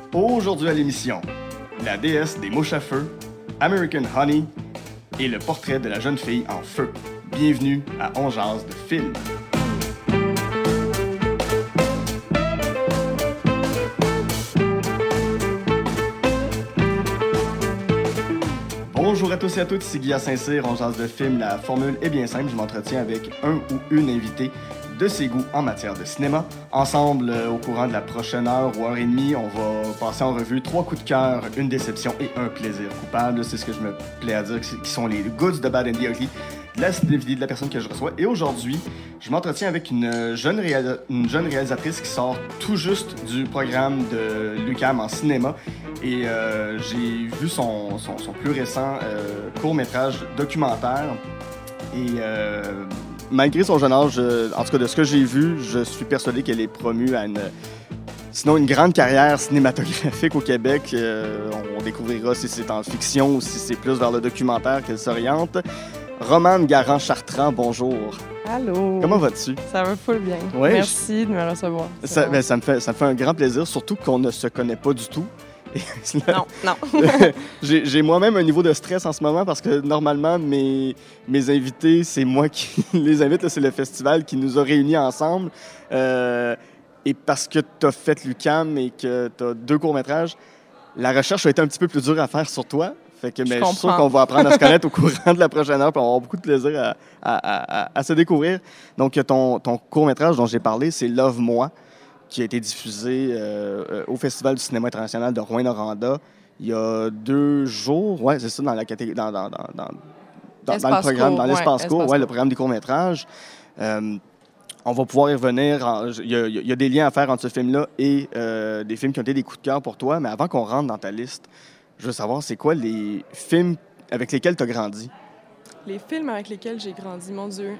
Aujourd'hui à l'émission, la déesse des mouches à feu, American Honey et le portrait de la jeune fille en feu. Bienvenue à On jase de film. Bonjour à tous et à toutes, ici Guy Saint-Cyr, On jase de film. La formule est bien simple, je m'entretiens avec un ou une invitée de ses goûts en matière de cinéma. Ensemble, au courant de la prochaine heure ou heure et demie, on va passer en revue 3 coups de cœur, une déception et un plaisir coupable. C'est ce que je me plais à dire, qui sont les goods de Bad and the Ugly de la cinéphile de la personne que je reçois. Et aujourd'hui, je m'entretiens avec une jeune réalisatrice qui sort tout juste du programme de l'UQAM en cinéma. Et j'ai vu son plus récent court-métrage documentaire. Et malgré son jeune âge, en tout cas de ce que j'ai vu, je suis persuadé qu'elle est promue à une grande carrière cinématographique au Québec. On découvrira si c'est en fiction ou si c'est plus vers le documentaire qu'elle s'oriente. Romane Garand-Chartrand, bonjour. Allô. Comment vas-tu? Ça va full bien. Ouais, merci de me recevoir. Ça me fait un grand plaisir, surtout qu'on ne se connaît pas du tout. Non. J'ai moi-même un niveau de stress en ce moment parce que normalement, mes invités, c'est moi qui les invite. Là, c'est le festival qui nous a réunis ensemble. Et parce que tu as fait l'UQAM et que tu as 2 courts-métrages, la recherche a été un petit peu plus dure à faire sur toi. Fait que, mais je suis sûr qu'on va apprendre à se connaître au courant de la prochaine heure, puis on va avoir beaucoup de plaisir à se découvrir. Donc, ton court-métrage dont j'ai parlé, c'est Love Moi, qui a été diffusé au Festival du cinéma international de Rouyn-Noranda il y a 2 jours. Oui, c'est ça, dans la catégorie, dans le programme, dans l'espace court, le programme des courts-métrages. On va pouvoir y revenir. Il y a des liens à faire entre ce film-là et des films qui ont été des coups de cœur pour toi. Mais avant qu'on rentre dans ta liste, je veux savoir, c'est quoi les films avec lesquels tu as grandi? Les films avec lesquels j'ai grandi, mon Dieu.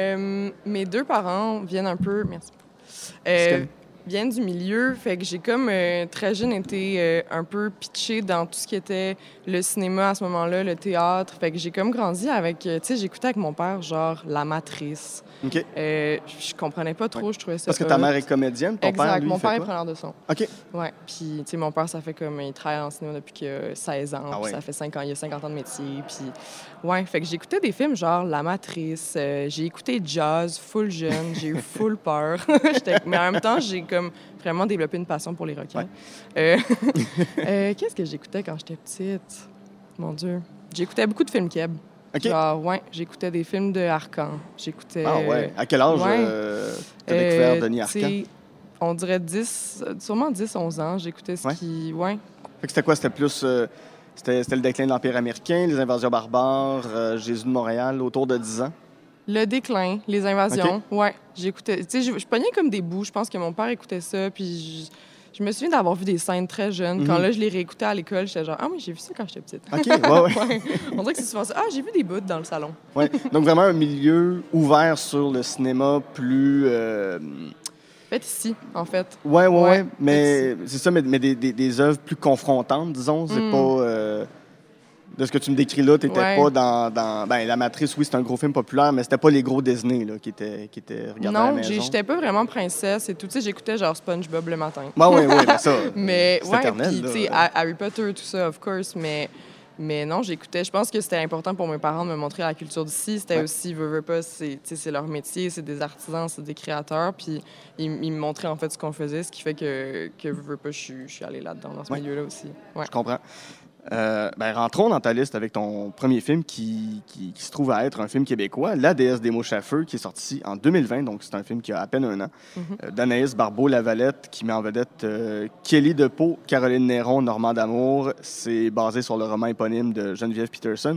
Mes 2 parents viennent un peu... Merci. Viennent du milieu, fait que j'ai comme très jeune été un peu pitchée dans tout ce qui était le cinéma à ce moment-là, le théâtre. Fait que j'ai comme grandi avec, tu sais, j'écoutais avec mon père genre La Matrice. OK. Je comprenais pas trop, je trouvais ça parce que ta mère est comédienne, ton père, lui, mon père fait est quoi? preneur de son. OK. Ouais, puis tu sais, mon père, ça fait comme, il travaille en cinéma depuis qu'il a 16 ans, puis ça fait 5 ans, il a 50 ans de métier, puis ouais, fait que j'écoutais des films genre La Matrice, j'ai écouté Jaws, full jeune, j'ai eu full peur, mais en même temps, j'ai comme vraiment développé une passion pour les requins. Ouais. Qu'est-ce que j'écoutais quand j'étais petite? Mon Dieu. J'écoutais beaucoup de films keb. OK. Genre, ouais, j'écoutais des films de Arcan. J'écoutais... Ah ouais. À quel âge t'as découvert Denis Arcand? On dirait sûrement 10-11 ans. J'écoutais ce qui... Ouais. Fait que c'était quoi? C'était plus... c'était le déclin de l'Empire américain, les invasions barbares, Jésus de Montréal, autour de 10 ans? Le déclin, les invasions, ouais. J'écoutais... Tu sais, je pognais comme des bouts. Je pense que mon père écoutait ça, puis... Je me souviens d'avoir vu des scènes très jeunes. Mm-hmm. Quand là, je les réécoutais à l'école, j'étais genre « Ah oui, j'ai vu ça quand j'étais petite. » OK, ouais. On dirait que c'est souvent ça. « Ah, j'ai vu des bouts dans le salon. » Ouais. Donc vraiment un milieu ouvert sur le cinéma plus... Fait ici, en fait. Ouais. Mais c'est ça, mais des œuvres plus confrontantes, disons. C'est pas... de ce que tu me décris là, t'étais pas dans... Ben, La Matrice, oui, c'est un gros film populaire, mais c'était pas les gros Disney là, qui étaient regardés à la maison. Non, j'étais pas vraiment princesse et tout. Tu sais, j'écoutais genre SpongeBob le matin. Oui, ça, mais c'est éternel. Puis, tu sais, Harry Potter, tout ça, of course, mais non, j'écoutais. Je pense que c'était important pour mes parents de me montrer la culture d'ici. C'était aussi, veux pas, c'est leur métier, c'est des artisans, c'est des créateurs. Puis ils me montraient en fait ce qu'on faisait, ce qui fait que veux pas, je suis allée là-dedans, dans ce milieu-là aussi. Ouais. Je comprends. Rentrons dans ta liste avec ton premier film qui se trouve à être un film québécois, La déesse des mouches à feu, qui est sorti en 2020, donc c'est un film qui a à peine 1 an, d'Anaïs Barbeau-Lavalette, qui met en vedette Kelly DePau, Caroline Néron, Normand D'Amour. C'est basé sur le roman éponyme de Geneviève Peterson.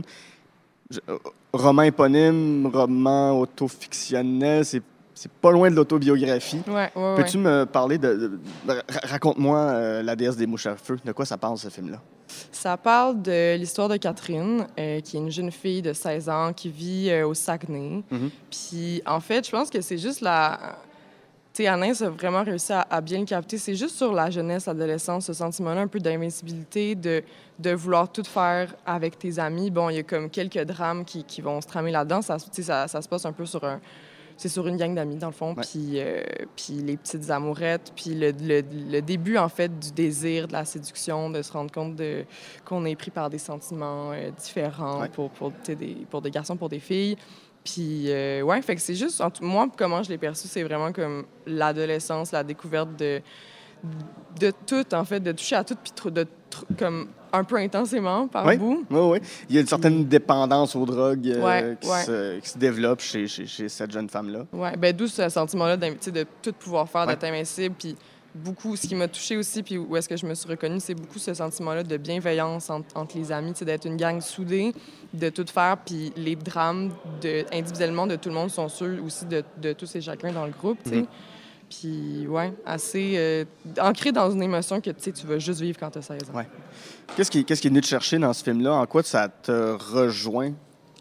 Roman éponyme, roman autofictionnel, c'est pas loin de l'autobiographie. Ouais. Peux-tu me parler raconte-moi La déesse des mouches à feu. De quoi ça parle, ce film-là? Ça parle de l'histoire de Catherine, qui est une jeune fille de 16 ans qui vit au Saguenay. Puis, en fait, je pense que c'est juste Tu sais, Anaïs a vraiment réussi à bien le capter. C'est juste sur la jeunesse, l'adolescence, ce sentiment-là un peu d'invincibilité, de vouloir tout faire avec tes amis. Bon, il y a comme quelques drames qui vont se tramer là-dedans. Ça se passe un peu sur c'est sur une gang d'amis, dans le fond, puis les petites amourettes, puis le début, en fait, du désir, de la séduction, de se rendre compte qu'on est pris par des sentiments différents pour des garçons, pour des filles. Puis, fait que c'est juste, moi, comment je l'ai perçu, c'est vraiment comme l'adolescence, la découverte de tout, en fait, de toucher à tout, puis comme un peu intensément par bout. Oui. Il y a une certaine dépendance aux drogues qui se développe chez cette jeune femme-là. Oui, bien d'où ce sentiment-là de tout pouvoir faire, d'être invincible, puis beaucoup, ce qui m'a touchée aussi, puis où est-ce que je me suis reconnue, c'est beaucoup ce sentiment-là de bienveillance entre les amis, d'être une gang soudée, de tout faire, puis les drames individuellement de tout le monde sont ceux aussi de tous et chacun dans le groupe, tu sais. Puis, assez ancré dans une émotion que tu vas juste vivre quand tu as 16 ans. Ouais. Qu'est-ce qui est venu te chercher dans ce film-là? En quoi ça te rejoint?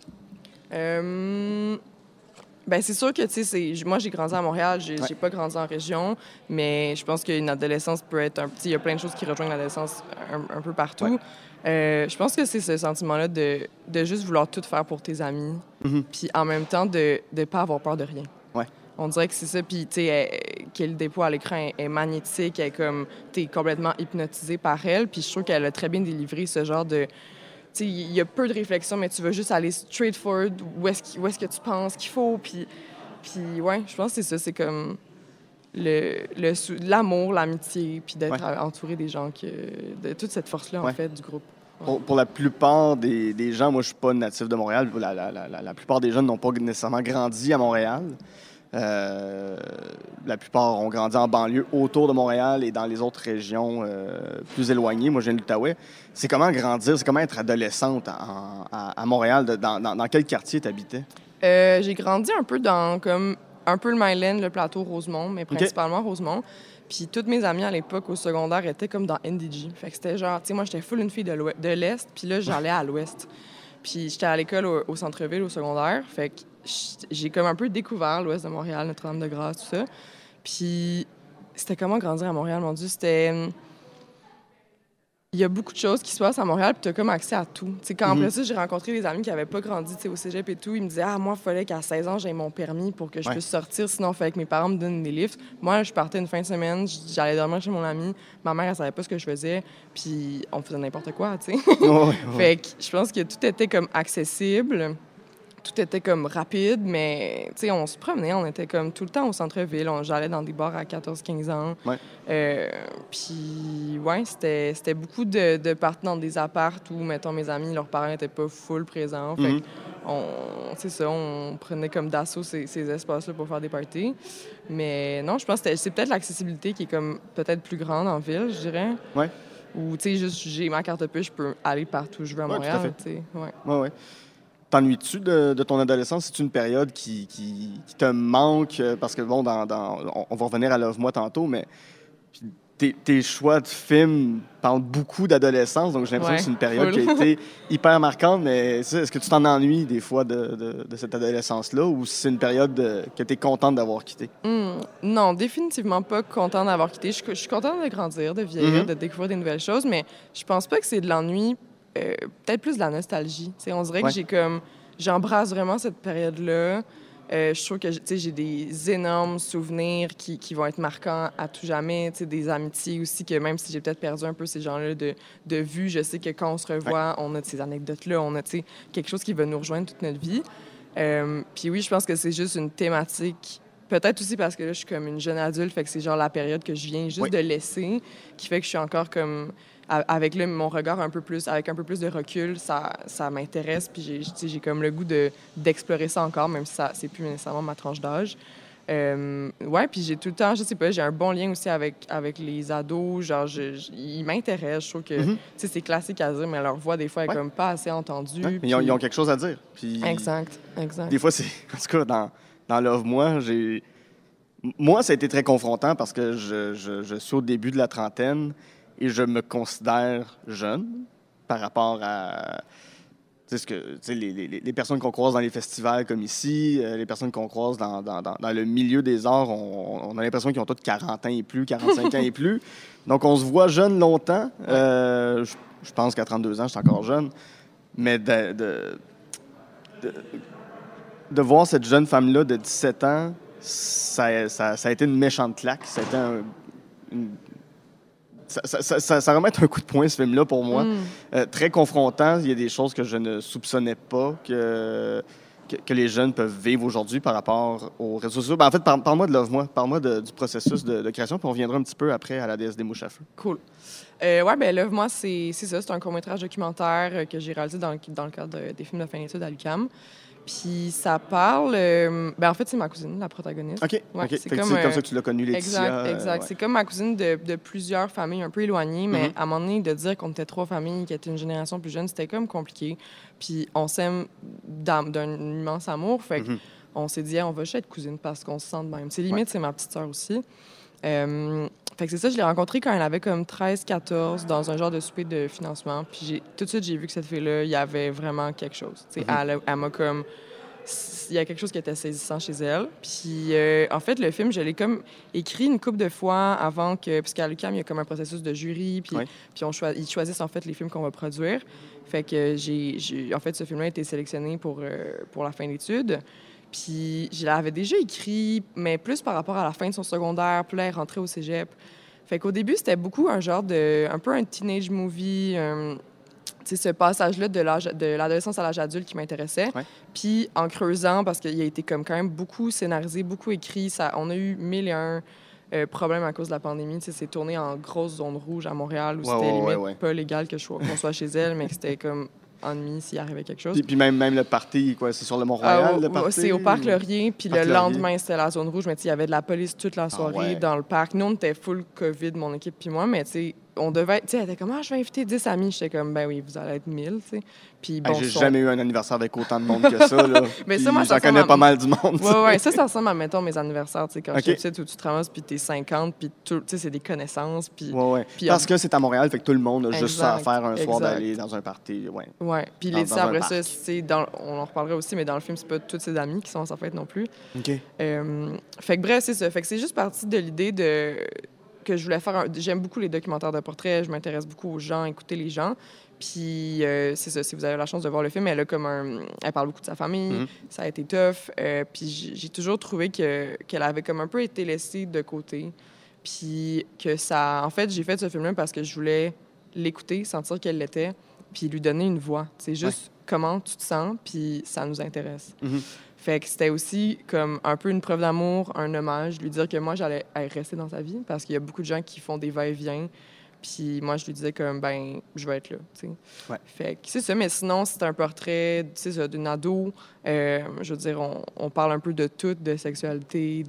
Ben c'est sûr que, moi, j'ai grandi à Montréal, j'ai pas grandi en région, mais je pense qu'une adolescence peut être il y a plein de choses qui rejoignent l'adolescence un peu partout. Je pense que c'est ce sentiment-là de juste vouloir tout faire pour tes amis, puis en même temps de pas avoir peur de rien. On dirait que c'est ça, puis tu sais, qu'elle dépôt à l'écran est magnétique, elle est comme, t'es complètement hypnotisé par elle, puis je trouve qu'elle a très bien délivré ce genre de, tu sais, il y a peu de réflexion, mais tu vas juste aller straight forward où est-ce que tu penses qu'il faut, puis je pense que c'est ça, c'est comme l'amour, l'amitié, puis d'être entouré des gens de toute cette force-là, en fait, du groupe. Pour la plupart des gens, moi je suis pas natif de Montréal, la plupart des jeunes n'ont pas nécessairement grandi à Montréal. La plupart ont grandi en banlieue autour de Montréal et dans les autres régions plus éloignées. Moi, je viens de l'Outaouais. C'est comment grandir, c'est comment être adolescente à Montréal? Dans quel quartier tu habitais? J'ai grandi un peu dans un peu le Myland, le plateau Rosemont, mais principalement Rosemont. Puis toutes mes amies à l'époque au secondaire étaient comme dans NDG. Fait que c'était genre, tu sais, moi, j'étais full une fille de l'Est, puis là, j'allais à l'Ouest. Puis j'étais à l'école au centre-ville, au secondaire. Fait que j'ai comme un peu découvert l'Ouest de Montréal, Notre-Dame-de-Grâce, tout ça. Puis c'était comment grandir à Montréal, mon Dieu, c'était... Il y a beaucoup de choses qui se passent à Montréal, puis tu as comme accès à tout. T'sais, quand après ça, j'ai rencontré des amis qui n'avaient pas grandi au cégep et tout, ils me disaient « Ah, moi, il fallait qu'à 16 ans, j'aie mon permis pour que je puisse sortir, sinon il fallait que mes parents me donnent des lifts. » Moi, je partais une fin de semaine, j'allais dormir chez mon ami, ma mère, elle savait pas ce que je faisais, puis on faisait n'importe quoi, tu sais. Fait que je pense que tout était comme accessible. Tout était comme rapide, mais tu sais, on se promenait, on était comme tout le temps au centre-ville. J'allais dans des bars à 14-15 ans. Puis, c'était beaucoup de parties dans des appartes où, mettons, mes amis, leurs parents n'étaient pas full présents. Fait c'est ça, on prenait comme d'assaut ces espaces-là pour faire des parties. Mais non, je pense que c'est peut-être l'accessibilité qui est comme peut-être plus grande en ville, je dirais. Ou, tu sais, juste j'ai ma carte puce, je peux aller partout où je veux à Montréal. Ouais. T'ennuies-tu de ton adolescence? C'est une période qui te manque? Parce que, bon, on va revenir à Love-moi tantôt, mais tes choix de films parlent beaucoup d'adolescence, donc j'ai l'impression que c'est une période qui a été hyper marquante, mais est-ce que tu t'en ennuies des fois de cette adolescence-là, ou c'est une période que tu es contente d'avoir quittée? Non, définitivement pas contente d'avoir quitté. Je suis contente de grandir, de vieillir, de découvrir des nouvelles choses, mais je pense pas que c'est de l'ennui. Peut-être plus de la nostalgie. T'sais, on dirait que j'embrasse vraiment cette période-là. Je trouve que j'ai des énormes souvenirs qui vont être marquants à tout jamais. Des amitiés aussi, que même si j'ai peut-être perdu un peu ces gens-là de vue, je sais que quand on se revoit, on a ces anecdotes-là, on a quelque chose qui va nous rejoindre toute notre vie. Puis oui, je pense que c'est juste une thématique. Peut-être aussi parce que là, je suis comme une jeune adulte, fait que c'est genre la période que je viens juste de laisser, qui fait que je suis encore comme... Avec mon regard avec un peu plus de recul, ça m'intéresse, puis j'ai comme le goût d'explorer ça encore, même si c'est plus nécessairement ma tranche d'âge. Puis j'ai tout le temps, je sais pas, j'ai un bon lien aussi avec les ados, genre, ils m'intéressent, je trouve que, c'est classique à dire, mais leur voix, des fois, est comme pas assez entendue. Puis... Ils ont quelque chose à dire. Puis... Exact. Des fois, en tout cas, dans Love-moi, moi, ça a été très confrontant parce que je suis au début de la trentaine et je me considère jeune par rapport à les personnes qu'on croise dans les festivals comme ici, les personnes qu'on croise dans le milieu des arts, on a l'impression qu'ils ont tous 40 ans et plus, 45 ans et plus. Donc, on se voit jeune longtemps. Je pense qu'à 32 ans, je suis encore jeune. Mais de voir cette jeune femme-là de 17 ans, ça a été une méchante claque. Ça a été ça remet un coup de poing, ce film-là, pour moi. Très confrontant. Il y a des choses que je ne soupçonnais pas que les jeunes peuvent vivre aujourd'hui par rapport aux réseaux sociaux. En fait, parle-moi de Love Moi. Parle-moi du processus de création, puis on reviendra un petit peu après à la déesse des mouches à feu. Cool. Love Moi, c'est ça. C'est un court-métrage documentaire que j'ai réalisé dans le cadre des films de fin d'études à l'UQAM. Puis ça parle... en fait, c'est ma cousine, la protagoniste. OK. C'est comme ça que tu l'as connue, Laetitia. Exact. C'est comme ma cousine de plusieurs familles un peu éloignées, mais à un moment donné, de dire qu'on était 3 familles, qui étaient une génération plus jeune, c'était comme compliqué. Puis on s'aime d'un immense amour. Fait qu'on s'est dit, on va juste être cousine parce qu'on se sent de même. C'est limite, c'est ma petite sœur aussi. Fait que c'est ça, je l'ai rencontrée quand elle avait comme 13-14 dans un genre de souper de financement. Puis tout de suite, j'ai vu que cette fille-là, il y avait vraiment quelque chose. Elle m'a comme... Il y a quelque chose qui était saisissant chez elle. Puis, en fait, le film, je l'ai comme écrit une couple de fois avant que... Parce qu'à l'UQAM, il y a comme un processus de jury, puis ils choisissent, en fait, les films qu'on va produire. Fait que en fait, ce film-là a été sélectionné pour la fin d'études. Puis, je l'avais déjà écrit, mais plus par rapport à la fin de son secondaire. Puis là, elle est rentrée au cégep. Fait qu'au début, c'était beaucoup un genre un peu un teenage movie... c'est ce passage-là de l'adolescence à l'âge adulte qui m'intéressait. Puis en creusant, parce qu'il a été comme quand même beaucoup scénarisé, beaucoup écrit, on a eu 1001 problèmes à cause de la pandémie. C'est tourné en grosse zone rouge à Montréal où c'était limite pas légal qu'on soit chez elle, mais que c'était comme ennemi s'il arrivait quelque chose. Puis même le party, quoi, c'est sur le Mont-Royal, le party? C'est au Parc Laurier, puis le lendemain, c'était la zone rouge, mais il y avait de la police toute la soirée dans le parc. Nous, on était full COVID, mon équipe puis moi, mais tu sais, on devait... Tu sais, elle était comme, je vais inviter 10 amis. J'étais comme, ben oui, vous allez être 1000, tu sais. Puis bon... J'ai jamais eu un anniversaire avec autant de monde que ça, là. Mais ça, moi, j'en connais pas mal du monde. Ouais, ça ressemble à, mettons, mes anniversaires, tu sais, quand j'étais petite, où tu te ramasses, puis t'es 50, puis tu sais, c'est des connaissances, puis... Parce que c'est à Montréal, fait que tout le monde a juste ça à faire un soir d'aller dans un party, Puis Laetitia, après ça, on en reparlera aussi, mais dans le film, c'est pas tous ses amis qui sont à sa fête non plus. Fait que bref, c'est ça. Fait que c'est juste parti de l'idée que je voulais faire... J'aime beaucoup les documentaires de portraits, je m'intéresse beaucoup aux gens, écouter les gens. Puis c'est ça, si vous avez la chance de voir le film, elle parle beaucoup de sa famille, ça a été tough. Puis j'ai toujours trouvé qu'elle avait comme un peu été laissée de côté. Puis que ça... En fait, j'ai fait ce film-là parce que je voulais l'écouter, sentir qu'elle l'était, puis lui donner une voix. C'est juste comment tu te sens, puis ça nous intéresse. Fait que c'était aussi comme un peu une preuve d'amour, un hommage, lui dire que moi, j'allais rester dans sa vie parce qu'il y a beaucoup de gens qui font des va-et-vient. Puis moi, je lui disais comme, je vais être là, tu sais. Fait que c'est ça, mais sinon, c'est un portrait, tu sais, d'une ado. Je veux dire, on parle un peu de tout, de sexualité,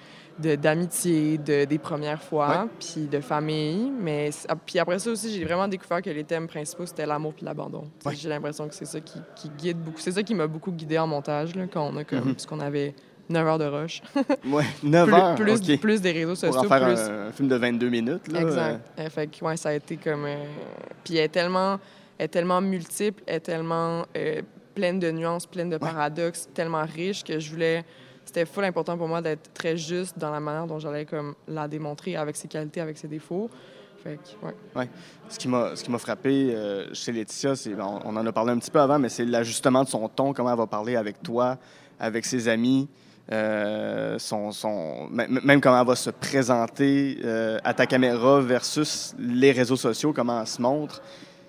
d'amitié, des premières fois, puis de famille. Mais puis après ça aussi, j'ai vraiment découvert que les thèmes principaux, c'était l'amour puis l'abandon. J'ai l'impression que c'est ça qui guide beaucoup. C'est ça qui m'a beaucoup guidée en montage, là, quand on a comme... Parce qu'on avait 9 heures de rush. 9 heures? Plus des réseaux sociaux. Pour en faire un film de 22 minutes. Là, exact. Fait que, ça a été comme... Puis elle est tellement multiple, elle est tellement pleine de nuances, pleine de paradoxes, tellement riche que je voulais... C'était full important pour moi d'être très juste dans la manière dont j'allais comme la démontrer avec ses qualités, avec ses défauts. Fait que, Ce qui m'a frappé chez Laetitia, on en a parlé un petit peu avant, mais c'est l'ajustement de son ton, comment elle va parler avec toi, avec ses amis, même comment elle va se présenter à ta caméra versus les réseaux sociaux, comment elle se montre.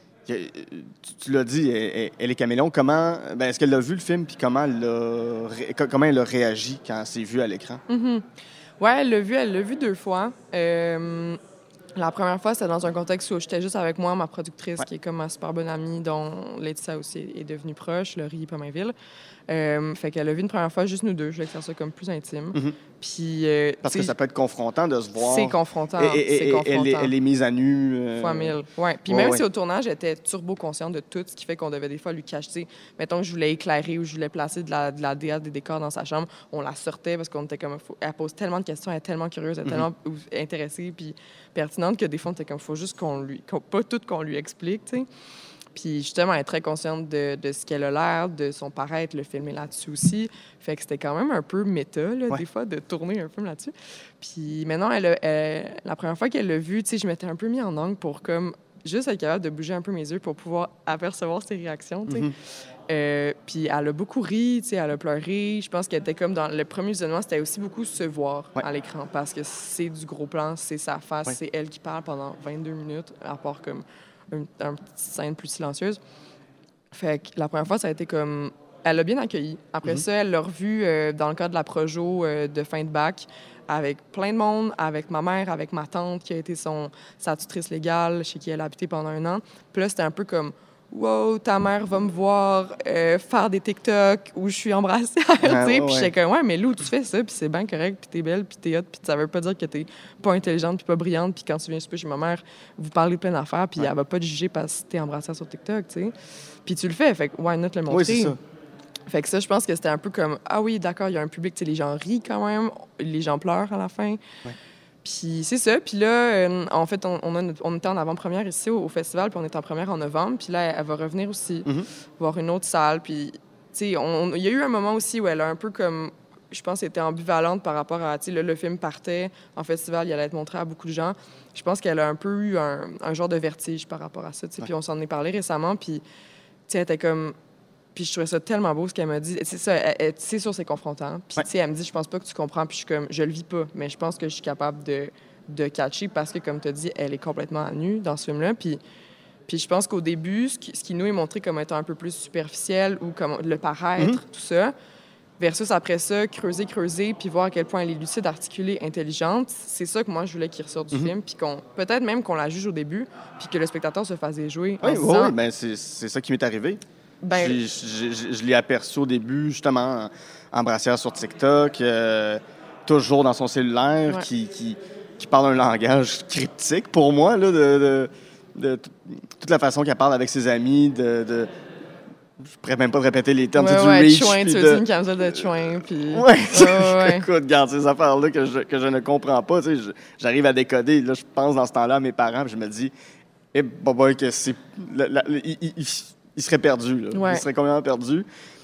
Tu l'as dit, elle est caméléon. Est-ce qu'elle a vu le film, puis comment elle a réagi quand elle s'est vue à l'écran? Oui, elle l'a vu 2 fois. La première fois, c'était dans un contexte où j'étais juste avec moi, ma productrice, qui est comme ma super bonne amie, dont Laetitia aussi est devenue proche, Laurie Pomainville. Fait qu'elle a vu une première fois juste nous deux. Je voulais faire ça comme plus intime. Puis, parce que ça peut être confrontant de se voir. C'est confrontant. Elle est mise à nu. Fois 1000. Puis même si au tournage, elle était turbo consciente de tout, ce qui fait qu'on devait des fois lui cacher. Mettons que je voulais éclairer ou je voulais placer de la DA, des décors dans sa chambre, on la sortait parce qu'on était comme... Elle pose tellement de questions, elle est tellement curieuse, elle est tellement intéressée puis pertinente que des fois, on était comme, faut juste pas tout qu'on lui explique, tu sais. Puis justement, elle est très consciente de ce qu'elle a l'air, de son paraître. Le film est là-dessus aussi. Fait que c'était quand même un peu méta, là, des fois, de tourner un film là-dessus. Puis maintenant, la première fois qu'elle l'a vu, tu sais, je m'étais un peu mis en angle pour comme juste être capable de bouger un peu mes yeux pour pouvoir apercevoir ses réactions, tu sais. Puis elle a beaucoup ri, tu sais, elle a pleuré. Je pense qu'elle était comme dans le premier visionnement, c'était aussi beaucoup se voir à l'écran parce que c'est du gros plan, c'est sa face, c'est elle qui parle pendant 22 minutes, à part comme une petite scène plus silencieuse. Fait que la première fois, ça a été comme... Elle l'a bien accueilli. Après ça, elle l'a revu dans le cadre de la projo de fin de bac avec plein de monde, avec ma mère, avec ma tante qui a été sa tutrice légale, chez qui elle a habité pendant 1 an. Puis là, c'était un peu comme... Wow, ta mère va me voir faire des TikTok où je suis embrassée. Puis j'étais comme, ouais, mais Lou, tu fais ça, puis c'est bien correct, puis t'es belle, puis t'es hot, puis ça veut pas dire que t'es pas intelligente, puis pas brillante, puis quand tu viens souper chez ma mère, vous parlez de plein d'affaires, puis elle va pas te juger parce que t'es embrassée sur TikTok, tu sais. Puis tu le fais, fait que, why not le montrer? Oui, c'est ça. Fait que ça, je pense que c'était un peu comme, ah oui, d'accord, il y a un public, tu sais, les gens rient quand même, les gens pleurent à la fin. Ouais. Puis c'est ça. Puis là, en fait, on était en avant-première ici au festival, puis on est en première en novembre. Puis là, elle va revenir aussi, voir une autre salle. Puis, tu sais, il y a eu un moment aussi où elle a un peu comme, je pense, était ambivalente par rapport à, tu sais, le film partait en festival, il allait être montré à beaucoup de gens. Je pense qu'elle a un peu eu un genre de vertige par rapport à ça, tu sais. Puis on s'en est parlé récemment, puis, tu sais, elle était comme... Puis je trouvais ça tellement beau ce qu'elle m'a dit. C'est ça, c'est sûr, c'est confrontant. Puis, tu sais, elle me dit, je pense pas que tu comprends. Puis je suis comme, je le vis pas, mais je pense que je suis capable de catcher parce que, comme tu as dit, elle est complètement nue dans ce film-là. Puis je pense qu'au début, ce qui nous est montré comme étant un peu plus superficiel ou comme le paraître, tout ça, versus après ça, creuser, puis voir à quel point elle est lucide, articulée, intelligente, c'est ça que moi, je voulais qu'il ressorte du film. Puis peut-être même qu'on la juge au début, puis que le spectateur se fasse déjouer. Oui, bien, c'est ça qui m'est arrivé. Ben... Je l'ai aperçu au début, justement, en brassière sur TikTok, toujours dans son cellulaire, qui parle un langage cryptique pour moi, là, de toute la façon qu'elle parle avec ses amis, je pourrais même pas répéter les termes, du reach. Chouin, tu veux dire une camisole de chouin, puis... Écoute, regarde, ces affaires-là que je ne comprends pas, tu sais, j'arrive à décoder, là, je pense dans ce temps-là à mes parents, puis je me dis, que c'est... Il serait perdu, là. Il serait complètement perdu.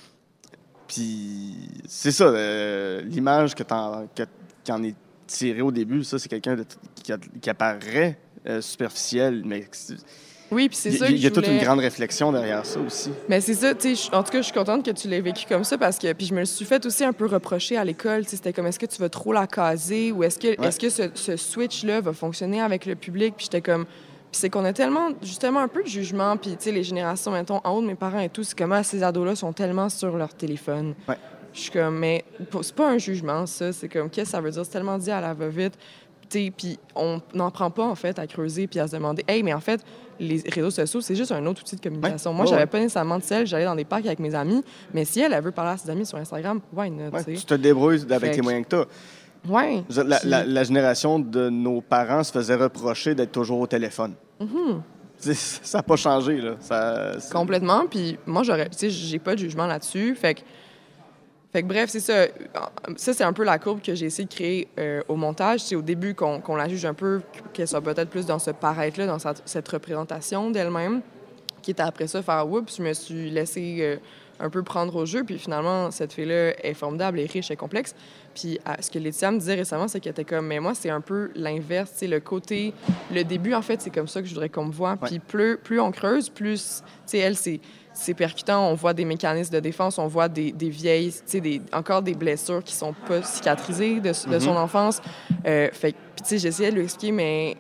Puis c'est ça, l'image qui en est tirée au début, ça, c'est quelqu'un qui apparaît superficiel, mais... Oui, puis c'est ça. Il y a toute une grande réflexion derrière ça aussi. Mais c'est ça, tu sais, en tout cas, je suis contente que tu l'aies vécu comme ça parce que, puis je me le suis fait aussi un peu reprocher à l'école, tu sais, c'était comme, est-ce que tu vas trop la caser ou est-ce que ce switch-là va fonctionner avec le public? Puis j'étais comme... Puis c'est qu'on a tellement, justement, un peu de jugement. Puis, tu sais, les générations, mettons, en haut de mes parents et tout, c'est comment ces ados-là sont tellement sur leur téléphone. Ouais. Je suis comme, mais c'est pas un jugement, ça. C'est comme, qu'est-ce que ça veut dire? C'est tellement dit à la va-vite. Tu sais, puis on n'en prend pas, en fait, à creuser puis à se demander, hey, mais en fait, les réseaux sociaux, c'est juste un autre outil de communication. Moi, j'avais pas nécessairement de sel, j'allais dans des parcs avec mes amis. Mais si elle veut parler à ses amis sur Instagram, why not? Tu te débrouilles avec les moyens que tu as. Oui. La génération de nos parents se faisait reprocher d'être toujours au téléphone. Ça n'a pas changé, là. Complètement. Puis moi, j'ai pas de jugement là-dessus. Fait que bref, c'est ça. Ça, c'est un peu la courbe que j'ai essayé de créer au montage. C'est au début qu'on la juge un peu, qu'elle soit peut-être plus dans ce paraître-là, dans cette représentation d'elle-même, qui était après ça faire « Oups », je me suis laissée un peu prendre au jeu. Puis finalement, cette fille-là est formidable, est riche, est complexe. Puis ce que Laetitia me disait récemment, c'est qu'elle était comme, mais moi, c'est un peu l'inverse. Tu sais, le début, en fait, c'est comme ça que je voudrais qu'on me voit. Puis plus on creuse, plus, tu sais, elle, c'est percutant. On voit des mécanismes de défense, on voit des vieilles, tu sais, encore des blessures qui sont pas cicatrisées de son enfance. Fait que, puis tu sais, j'essayais de lui expliquer, mais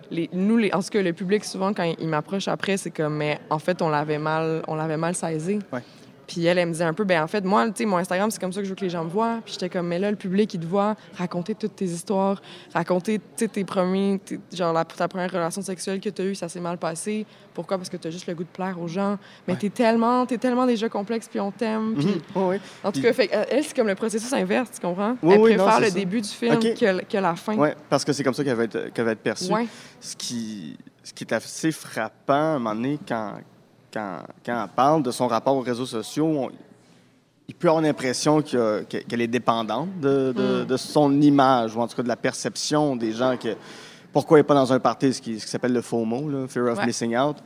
en tout cas, le public, souvent, quand il m'approche après, c'est comme, mais en fait, on l'avait mal saisi. Ouais. Puis elle me disait un peu, ben en fait, moi, tu sais, mon Instagram, c'est comme ça que je veux que les gens me voient. Puis j'étais comme, mais là, le public, il te voit raconter toutes tes histoires, raconter, tu sais, tes premiers, genre ta première relation sexuelle que tu as eue, ça s'est mal passé. Pourquoi? Parce que tu as juste le goût de plaire aux gens. Mais t'es tellement déjà complexe, puis on t'aime. Puis... En tout cas, fait, elle, c'est comme le processus inverse, tu comprends? Elle préfère le début du film que la fin. Oui, parce que c'est comme ça qu'elle va être perçue. Ouais. Ce qui est assez frappant, à un moment donné, quand elle parle de son rapport aux réseaux sociaux, il peut avoir l'impression qu'elle est dépendante de son image, ou en tout cas de la perception des gens. Pourquoi elle n'est pas dans un party, ce qui s'appelle le FOMO, là, Fear of Missing Out.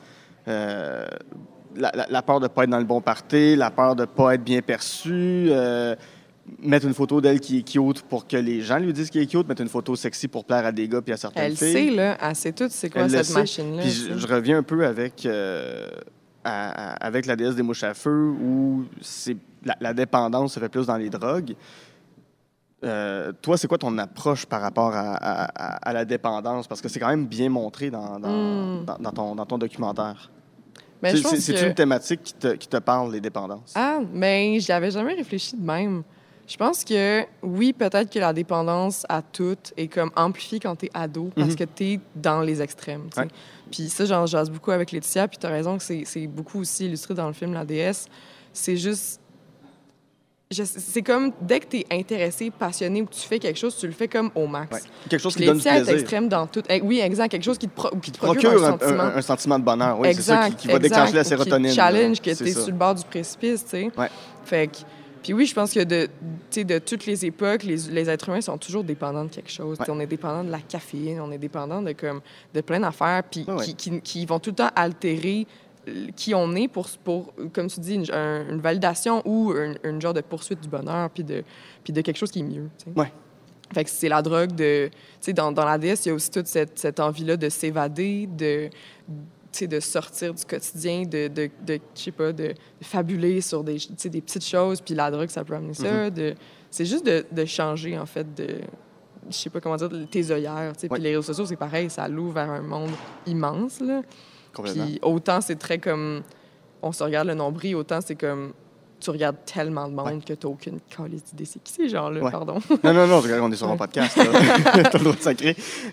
La peur de ne pas être dans le bon party, la peur de ne pas être bien perçue, mettre une photo d'elle qui est cute pour que les gens lui disent qu'elle est cute, mettre une photo sexy pour plaire à des gars puis à certaines filles. Elle sait, là. Elle sait tout, c'est quoi cette machine-là. Puis je reviens un peu avec avec la déesse des mouches à feu, où la dépendance se fait plus dans les drogues. Toi, c'est quoi ton approche par rapport à la dépendance? Parce que c'est quand même bien montré dans ton documentaire. Ben, c'est une thématique qui te parle, les dépendances? Ah, mais j'y avais jamais réfléchi de même. Je pense que, oui, peut-être que la dépendance à tout est comme amplifiée quand t'es ado, parce que t'es dans les extrêmes. Ouais. Puis ça, j'en jase beaucoup avec Laetitia, puis t'as raison que c'est beaucoup aussi illustré dans le film La déesse. C'est juste... c'est comme, dès que t'es intéressé, passionné ou que tu fais quelque chose, tu le fais comme au max. Ouais. Quelque chose qui donne du plaisir. Laetitia est extrême dans tout. Oui, exact. Quelque chose qui te procure un sentiment de bonheur. Oui, exact, c'est ça qui va déclencher la sérotonine. Qui challenge, que t'es sur le bord du précipice, tu sais. Ouais. Fait que... Puis oui, je pense que de toutes les époques, les êtres humains sont toujours dépendants de quelque chose. Ouais. On est dépendant de la caféine, on est dépendant de plein d'affaires, puis qui vont tout le temps altérer qui on est pour comme tu dis, une validation ou une genre de poursuite du bonheur, puis de quelque chose qui est mieux. Ouais. Fait que c'est la drogue de... Dans la déesse, il y a aussi toute cette envie-là de s'évader, de sortir du quotidien, de je sais pas, de fabuler sur des petites choses, puis la drogue, ça peut amener ça. C'est juste de changer, en fait, je sais pas comment dire, tes œillères. Puis les réseaux sociaux, c'est pareil, ça l'ouvre vers un monde immense, là. Puis autant c'est très comme... On se regarde le nombril, autant c'est comme... Tu regardes tellement de monde que t'as aucune calice d'idée. C'est qui ces gens-là, pardon? Non, on est sur un podcast, là. T'as le droit de sacrer.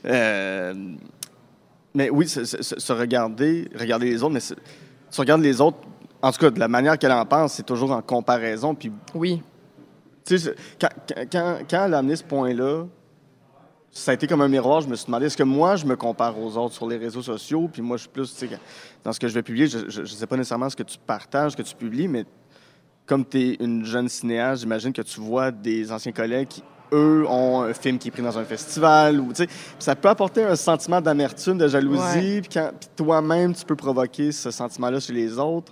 Mais oui, se regarder les autres, mais se regarder les autres, en tout cas, de la manière qu'elle en pense, c'est toujours en comparaison. Puis, oui. Tu sais, quand elle a amené ce point-là, ça a été comme un miroir. Je me suis demandé, est-ce que moi, je me compare aux autres sur les réseaux sociaux? Puis moi, je suis plus, tu sais, dans ce que je vais publier, je ne sais pas nécessairement ce que tu partages, ce que tu publies, mais comme tu es une jeune cinéaste, j'imagine que tu vois des anciens collègues qui, eux, ont un film qui est pris dans un festival. Ou, ça peut apporter un sentiment d'amertume, de jalousie. Puis toi-même, tu peux provoquer ce sentiment-là chez les autres.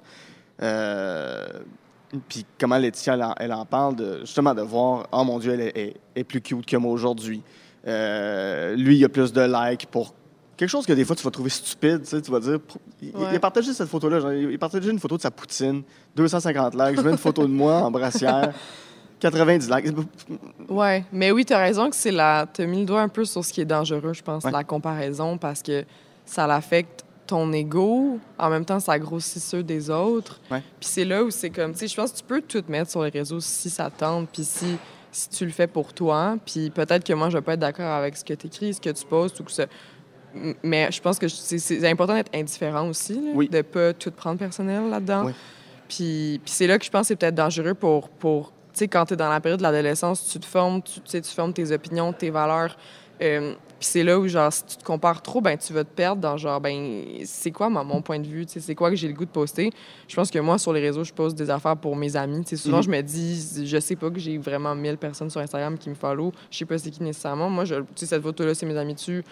Puis comment Laetitia, elle en parle, justement, de voir, oh mon Dieu, elle est plus cute que moi aujourd'hui. Lui, il a plus de likes pour quelque chose que des fois, tu vas trouver stupide. Tu vas dire, il a partagé cette photo-là. Il a partagé une photo de sa poutine, 250 likes. Je mets une photo de moi en brassière. 90 likes. Oui, mais oui, tu as raison que t'as mis le doigt un peu sur ce qui est dangereux, je pense, la comparaison, parce que ça l'affecte ton ego, en même temps, ça grossit ceux des autres. Ouais. Puis c'est là où c'est comme, tu sais, je pense que tu peux tout mettre sur les réseaux si ça tente, puis si tu le fais pour toi, puis peut-être que moi, je vais pas être d'accord avec ce que tu écris, ce que tu postes, ou que ça... Mais je pense que c'est important d'être indifférent aussi, là, de pas tout prendre personnel là-dedans. Oui. Puis c'est là que je pense que c'est peut-être dangereux pour tu sais, quand tu es dans la période de l'adolescence, tu te formes, tu formes tes opinions, tes valeurs. Puis c'est là où, genre, si tu te compares trop, ben tu vas te perdre dans, genre, ben c'est quoi mon point de vue? C'est quoi que j'ai le goût de poster? Je pense que moi, sur les réseaux, je poste des affaires pour mes amis. T'sais, souvent, je me dis, je sais pas que j'ai vraiment 1000 personnes sur Instagram qui me follow. Je sais pas c'est qui nécessairement. Moi, cette photo-là, c'est mes amis dessus.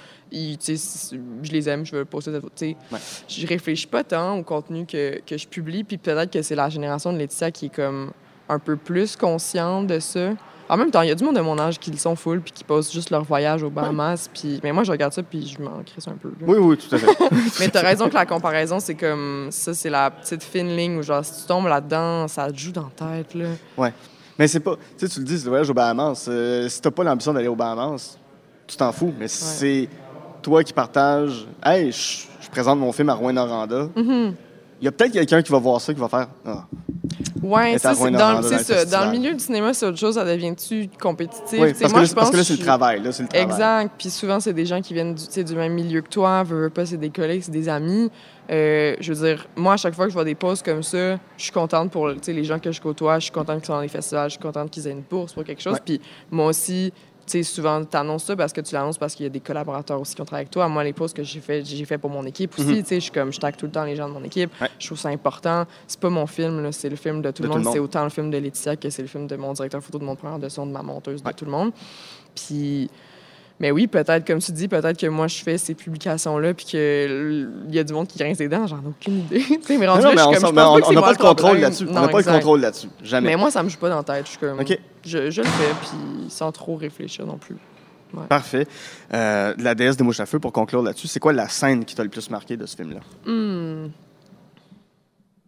Je les aime, je veux poster cette photo. Je réfléchis pas tant au contenu que je publie. Puis peut-être que c'est la génération de Laetitia qui est comme un peu plus consciente de ça. En même temps, il y a du monde de mon âge qui le sont full puis qui postent juste leur voyage aux Bahamas. Puis... Mais moi, je regarde ça puis je m'en crisse un peu. Là. Oui, tout à fait. Mais t'as raison que la comparaison, c'est comme... Ça, c'est la petite fine ligne où, genre, si tu tombes là-dedans, ça te joue dans la tête, là. Ouais. Mais c'est pas... Tu sais, tu le dis, c'est le voyage aux Bahamas. Si t'as pas l'ambition d'aller aux Bahamas, tu t'en fous. Mais si c'est toi qui partages... Hey, je présente mon film à Rouyn-Noranda. Il y a peut-être quelqu'un qui va voir ça, qui va faire... Oui, ça, c'est dans le milieu du cinéma, c'est autre chose, ça devient-tu compétitif? Oui, parce que là, c'est le travail. Exact. Puis souvent, c'est des gens qui viennent du même milieu que toi, veux pas, c'est des collègues, c'est des amis. Je veux dire, moi, à chaque fois que je vois des posts comme ça, je suis contente pour les gens que je côtoie, je suis contente qu'ils soient dans les festivals, je suis contente qu'ils aient une bourse pour quelque chose. Puis moi aussi, tu sais, souvent, tu annonces ça parce que tu l'annonces parce qu'il y a des collaborateurs aussi qui ont travaillé avec toi. Moi, les posts que j'ai fait pour mon équipe aussi. Tu sais, je tag tout le temps les gens de mon équipe. Je trouve ça important. C'est pas mon film, là, c'est le film de tout le monde. C'est autant le film de Laetitia que c'est le film de mon directeur photo, de mon preneur de son, de ma monteuse, de tout le monde. Puis... Mais oui, peut-être, comme tu dis, peut-être que moi, je fais ces publications-là puis qu'il y a du monde qui grince les dents, j'en ai aucune idée. On n'a pas le contrôle là-dessus. On n'a pas le contrôle là-dessus. Jamais. Mais moi, ça me joue pas dans la tête. Je suis comme... Je le fais, puis sans trop réfléchir non plus. Ouais. Parfait. La déesse des mouches à feu, pour conclure là-dessus, c'est quoi la scène qui t'a le plus marqué de ce film-là?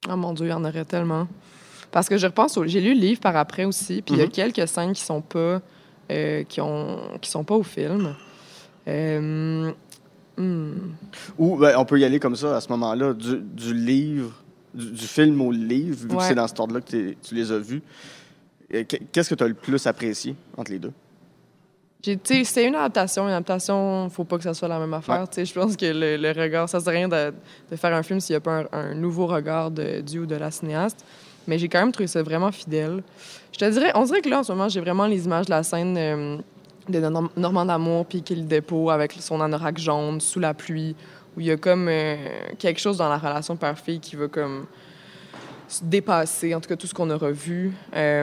Oh mon Dieu, il y en aurait tellement. Parce que je repense j'ai lu le livre par après aussi, puis il y a quelques scènes qui sont pas qui sont pas au film. Ou on peut y aller comme ça à ce moment-là, du livre, du film au livre, vu que c'est dans cet ordre-là que tu les as vus. Qu'est-ce que tu as le plus apprécié entre les deux? C'est une adaptation. Une adaptation, faut pas que ça soit la même affaire. Ouais. Je pense que le regard, ça sert à rien de faire un film s'il n'y a pas un nouveau regard du ou de la cinéaste. Mais j'ai quand même trouvé ça vraiment fidèle. On dirait que là, en ce moment, j'ai vraiment les images de la scène de Normand d'Amour puis Kill Dépôt avec son anorak jaune sous la pluie, où il y a comme quelque chose dans la relation père-fille qui va comme se dépasser, en tout cas tout ce qu'on a revu.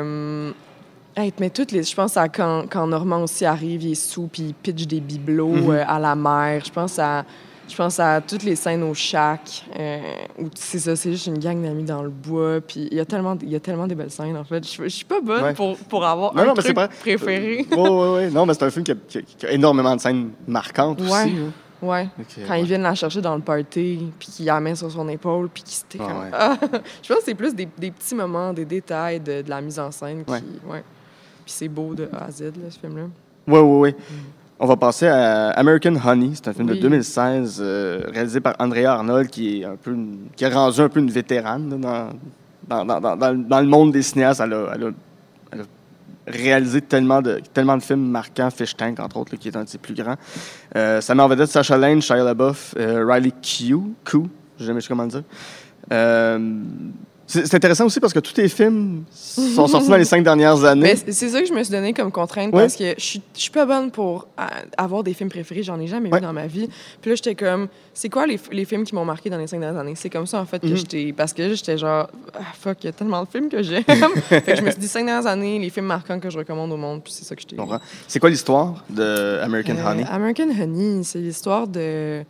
Mais je pense à quand Normand aussi arrive, il est sous puis il pitch des bibelots à la mer. Je pense à toutes les scènes au shack où c'est ça, c'est juste une gang d'amis dans le bois. Puis il y a tellement des belles scènes, en fait. Je suis pas bonne pour avoir un truc préféré. Oui. Non, mais c'est un film qui a énormément de scènes marquantes aussi. Oui. Okay, quand ils viennent la chercher dans le party, puis qu'ils la mettent sur son épaule, puis qu'ils se comme... Je pense que c'est plus des petits moments, des détails de la mise en scène qui... Ouais. Puis c'est beau de A à Z, là, ce film-là. Oui. On va passer à American Honey. C'est un film de 2016 réalisé par Andrea Arnold, qui est rendu un peu une vétérane là, dans le monde des cinéastes. Elle a réalisé tellement de films marquants, Fish Tank, entre autres, là, qui est un de ses plus grands. Ça met en vedette Sacha Lane, Shia LaBeouf, Riley Keough, je sais jamais comment le dire. C'est intéressant aussi parce que tous tes films sont sortis dans les 5 dernières années. Mais c'est ça que je me suis donné comme contrainte parce que je suis pas bonne pour avoir des films préférés. J'en ai jamais vu dans ma vie. Puis là, j'étais comme, c'est quoi les films qui m'ont marqué dans les 5 dernières années? C'est comme ça, en fait, que j'étais... Parce que j'étais genre, fuck, il y a tellement de films que j'aime. Fait que je me suis dit, 5 dernières années, les films marquants que je recommande au monde, puis c'est ça que j'étais... C'est quoi l'histoire de American Honey? American Honey, c'est l'histoire de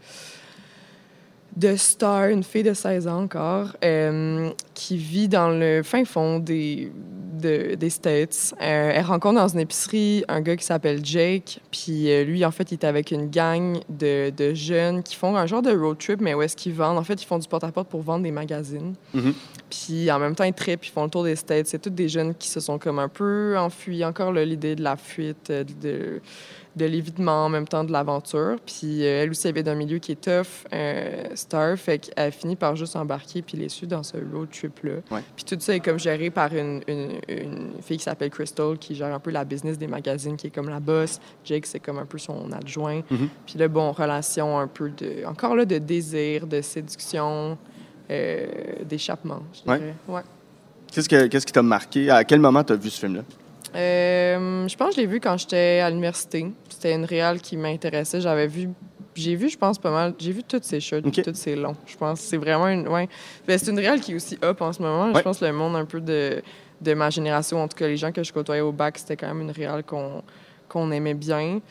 Star, une fille de 16 ans encore, qui vit dans le fin fond des States. Elle rencontre dans une épicerie un gars qui s'appelle Jake, puis lui, en fait, il est avec une gang de jeunes qui font un genre de road trip, mais où est-ce qu'ils vendent? En fait, ils font du porte-à-porte pour vendre des magazines. Puis en même temps, ils trippent, ils font le tour des States. C'est tous des jeunes qui se sont comme un peu enfuis. Encore là, l'idée de la fuite, de l'évitement, en même temps de l'aventure. Puis elle aussi, elle vient d'un milieu qui est tough, Star, fait qu'elle finit par juste embarquer puis les suivre dans ce road trip-là. Puis tout ça est comme géré par une fille qui s'appelle Crystal, qui gère un peu la business des magazines, qui est comme la boss. Jake, c'est comme un peu son adjoint. Puis là, relation un peu de désir, de séduction, d'échappement, je dirais. Ouais. Qu'est-ce qui t'a marqué? À quel moment t'as vu ce film-là? Je pense que je l'ai vu quand j'étais à l'université. C'était une réal qui m'intéressait. J'ai vu, je pense, pas mal. J'ai vu toutes ses shorts, toutes ses longs. Je pense que c'est vraiment c'est une réal qui est aussi up en ce moment. Je pense que le monde un peu de ma génération, en tout cas les gens que je côtoyais au bac, c'était quand même une réal qu'on aimait bien.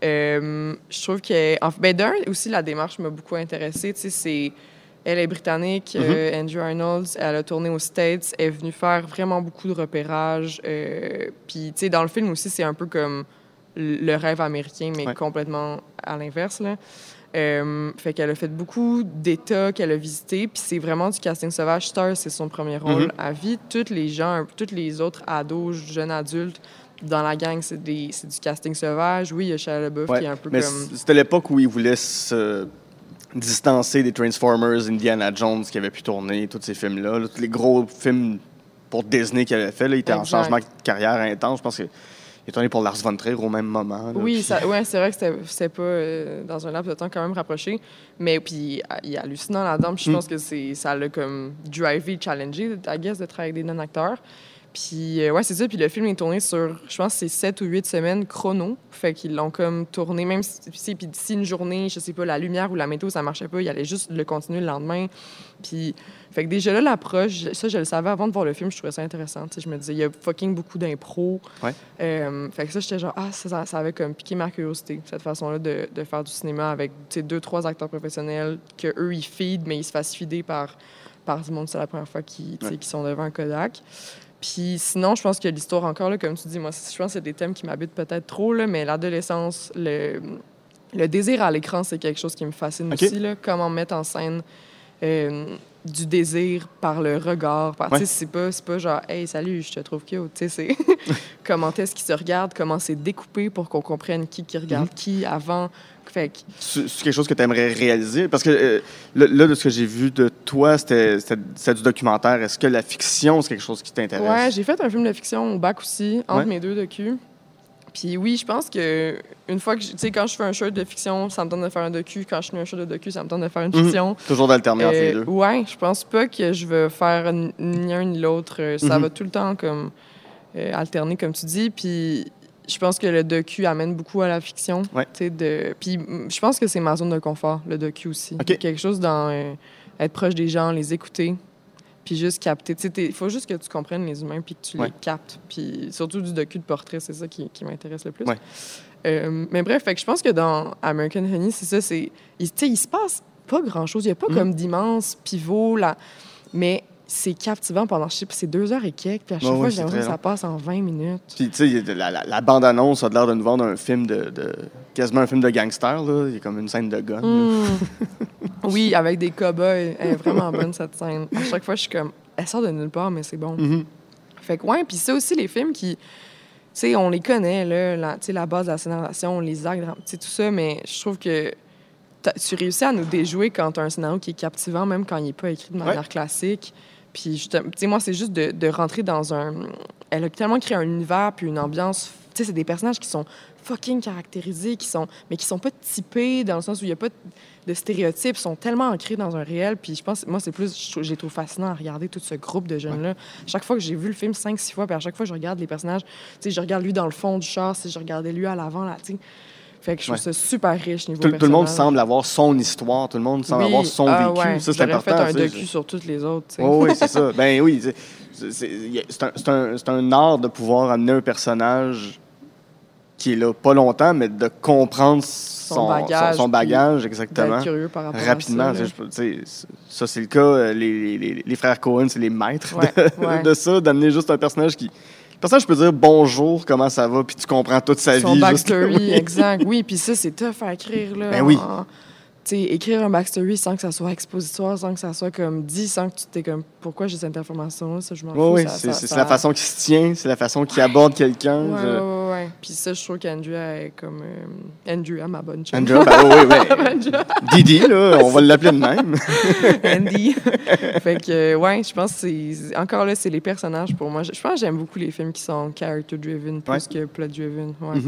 Je trouve que... d'un, aussi, la démarche m'a beaucoup intéressée. Tu sais, elle est britannique, Andrew Arnold, elle a tourné aux States, elle est venue faire vraiment beaucoup de repérage. Puis, tu sais, dans le film aussi, c'est un peu comme le rêve américain, mais complètement à l'inverse, là. Fait qu'elle a fait beaucoup d'États qu'elle a visités, puis c'est vraiment du casting sauvage. Star, c'est son premier rôle à vie. Tous les autres ados, jeunes adultes, dans la gang, c'est du casting sauvage. Oui, il y a Shia LaBeouf qui est un peu mais comme... C'était l'époque où il voulait se distancé des Transformers, Indiana Jones qui avait pu tourner, tous ces films-là. Tous les gros films pour Disney qu'il avait fait, là, il était en changement de carrière intense. Je pense qu'il est tourné pour Lars von Trier au même moment. Là, oui, c'est vrai que c'était pas dans un laps de temps quand même rapproché. Mais puis il est hallucinant là-dedans. Je pense que ça l'a comme drivé, challengé, I guess, de travailler avec des non-acteurs. Puis, c'est ça. Puis le film est tourné sur, je pense, c'est 7 ou 8 semaines chrono. Fait qu'ils l'ont comme tourné, même si une journée, je sais pas, la lumière ou la météo, ça marchait pas, il allait juste le continuer le lendemain. Puis, fait que déjà là, l'approche, ça, je le savais avant de voir le film, je trouvais ça intéressant. T'sais, je me disais, il y a fucking beaucoup d'impro. Fait que ça, j'étais genre, ça avait comme piqué ma curiosité, cette façon-là de faire du cinéma avec, 2-3 acteurs professionnels qu'eux, ils feedent, mais ils se fassent feeder par du monde. C'est la première fois qu'ils sont devant un Kodak. Puis sinon, je pense que l'histoire encore, là, comme tu dis, moi, je pense que c'est des thèmes qui m'habitent peut-être trop, là, mais l'adolescence, le désir à l'écran, c'est quelque chose qui me fascine aussi. Là, comment mettre en scène du désir par le regard. C'est pas genre « Hey, salut, je te trouve cute ». C'est comment est-ce qu'ils se regardent, comment c'est découpé pour qu'on comprenne qui regarde qui avant. Fait que... C'est quelque chose que tu aimerais réaliser? Parce que là, de ce que j'ai vu de toi, c'était du documentaire. Est-ce que la fiction, c'est quelque chose qui t'intéresse? Ouais, j'ai fait un film de fiction au bac aussi, entre mes 2 docus. Puis oui, je pense que une fois que, tu sais, quand je fais un show de fiction, ça me tente de faire un docu. Quand je fais un show de docu, ça me tente de faire une fiction. Toujours d'alterner entre les deux. Ouais, je pense pas que je vais faire ni un ni l'autre. Ça va tout le temps comme alterner, comme tu dis. Puis je pense que le docu amène beaucoup à la fiction. Ouais. Puis je pense que c'est ma zone de confort, le docu aussi. Okay. Quelque chose dans être proche des gens, les écouter. Puis juste capter. Il faut juste que tu comprennes les humains puis que tu les captes. Puis surtout du docu de portrait, c'est ça qui m'intéresse le plus. Ouais. Mais bref, fait que je pense que dans American Honey, c'est ça. Il se passe pas grand-chose. Il n'y a pas comme d'immenses pivots, là. Mais c'est captivant pendant, je sais pas, c'est 2 heures et quelques. Puis à chaque fois, j'ai l'impression que ça passe en 20 minutes. Puis, tu sais, la bande-annonce a l'air de nous vendre un film quasiment un film de gangster, là. Il y a comme une scène de gun. Oui, avec des cow-boys. Elle est vraiment bonne, cette scène. À chaque fois, je suis comme... Elle sort de nulle part, mais c'est bon. Fait que, ouais, puis c'est aussi les films qui... Tu sais, on les connaît, là, la base de la scénarisation, les actes, tu sais, tout ça, mais je trouve que tu réussis à nous déjouer quand tu as un scénario qui est captivant, même quand il n'est pas écrit de manière classique. Puis, tu sais, moi, c'est juste de rentrer dans un... Elle a tellement créé un univers puis une ambiance... Tu sais, c'est des personnages qui sont fucking caractérisés, mais qui sont pas typés, dans le sens où il n'y a pas de stéréotypes, sont tellement ancrés dans un réel. Puis je pense, moi, c'est plus... Je les trouve fascinant à regarder tout ce groupe de jeunes-là. Chaque fois que j'ai vu le film 5-6 fois, puis à chaque fois, je regarde les personnages. Tu sais, je regarde lui dans le fond du char, si je regardais lui à l'avant, là, tu sais. Fait que je trouve ça super riche niveau personnage. Tout le monde semble avoir son histoire, tout le monde semble avoir son vécu. Ouais. Ça, c'est important. J'aurais fait un docu sur toutes les autres. Oui, c'est ça. Ben oui, c'est un art de pouvoir amener un personnage qui est là pas longtemps, mais de comprendre son bagage exactement. D'être curieux par rapport rapidement. À ça, ça, c'est le cas. Les frères Coen, c'est les maîtres de ça, d'amener juste un personnage qui... Le personnage peut dire bonjour, comment ça va, puis tu comprends toute sa vie. Son backstory, exact. Oui, puis ça, c'est tough à écrire, là. Ben oui. Écrire un backstory sans que ça soit expositoire, sans que ça soit comme dit, sans que tu t'es comme pourquoi j'ai cette information-là, ça je m'en fous. Oui, c'est la façon qu'il se tient, c'est la façon qu'il aborde quelqu'un. Oui. Puis ça, je trouve qu'Andrea est comme Andrea, ma bonne chum. Andrea, oui. Didi, là, on va l'appeler de même. Andy. Fait que, ouais, je pense que c'est encore là, c'est les personnages pour moi. Je pense que j'aime beaucoup les films qui sont character-driven plus que plot-driven. Ouais.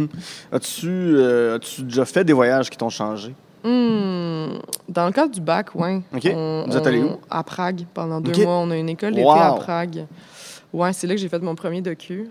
As-tu déjà fait des voyages qui t'ont changé? Dans le cadre du bac, oui. OK. Vous êtes allé où? À Prague. Pendant 2 mois, on a une école d'été à Prague. Ouais, c'est là que j'ai fait mon premier docu.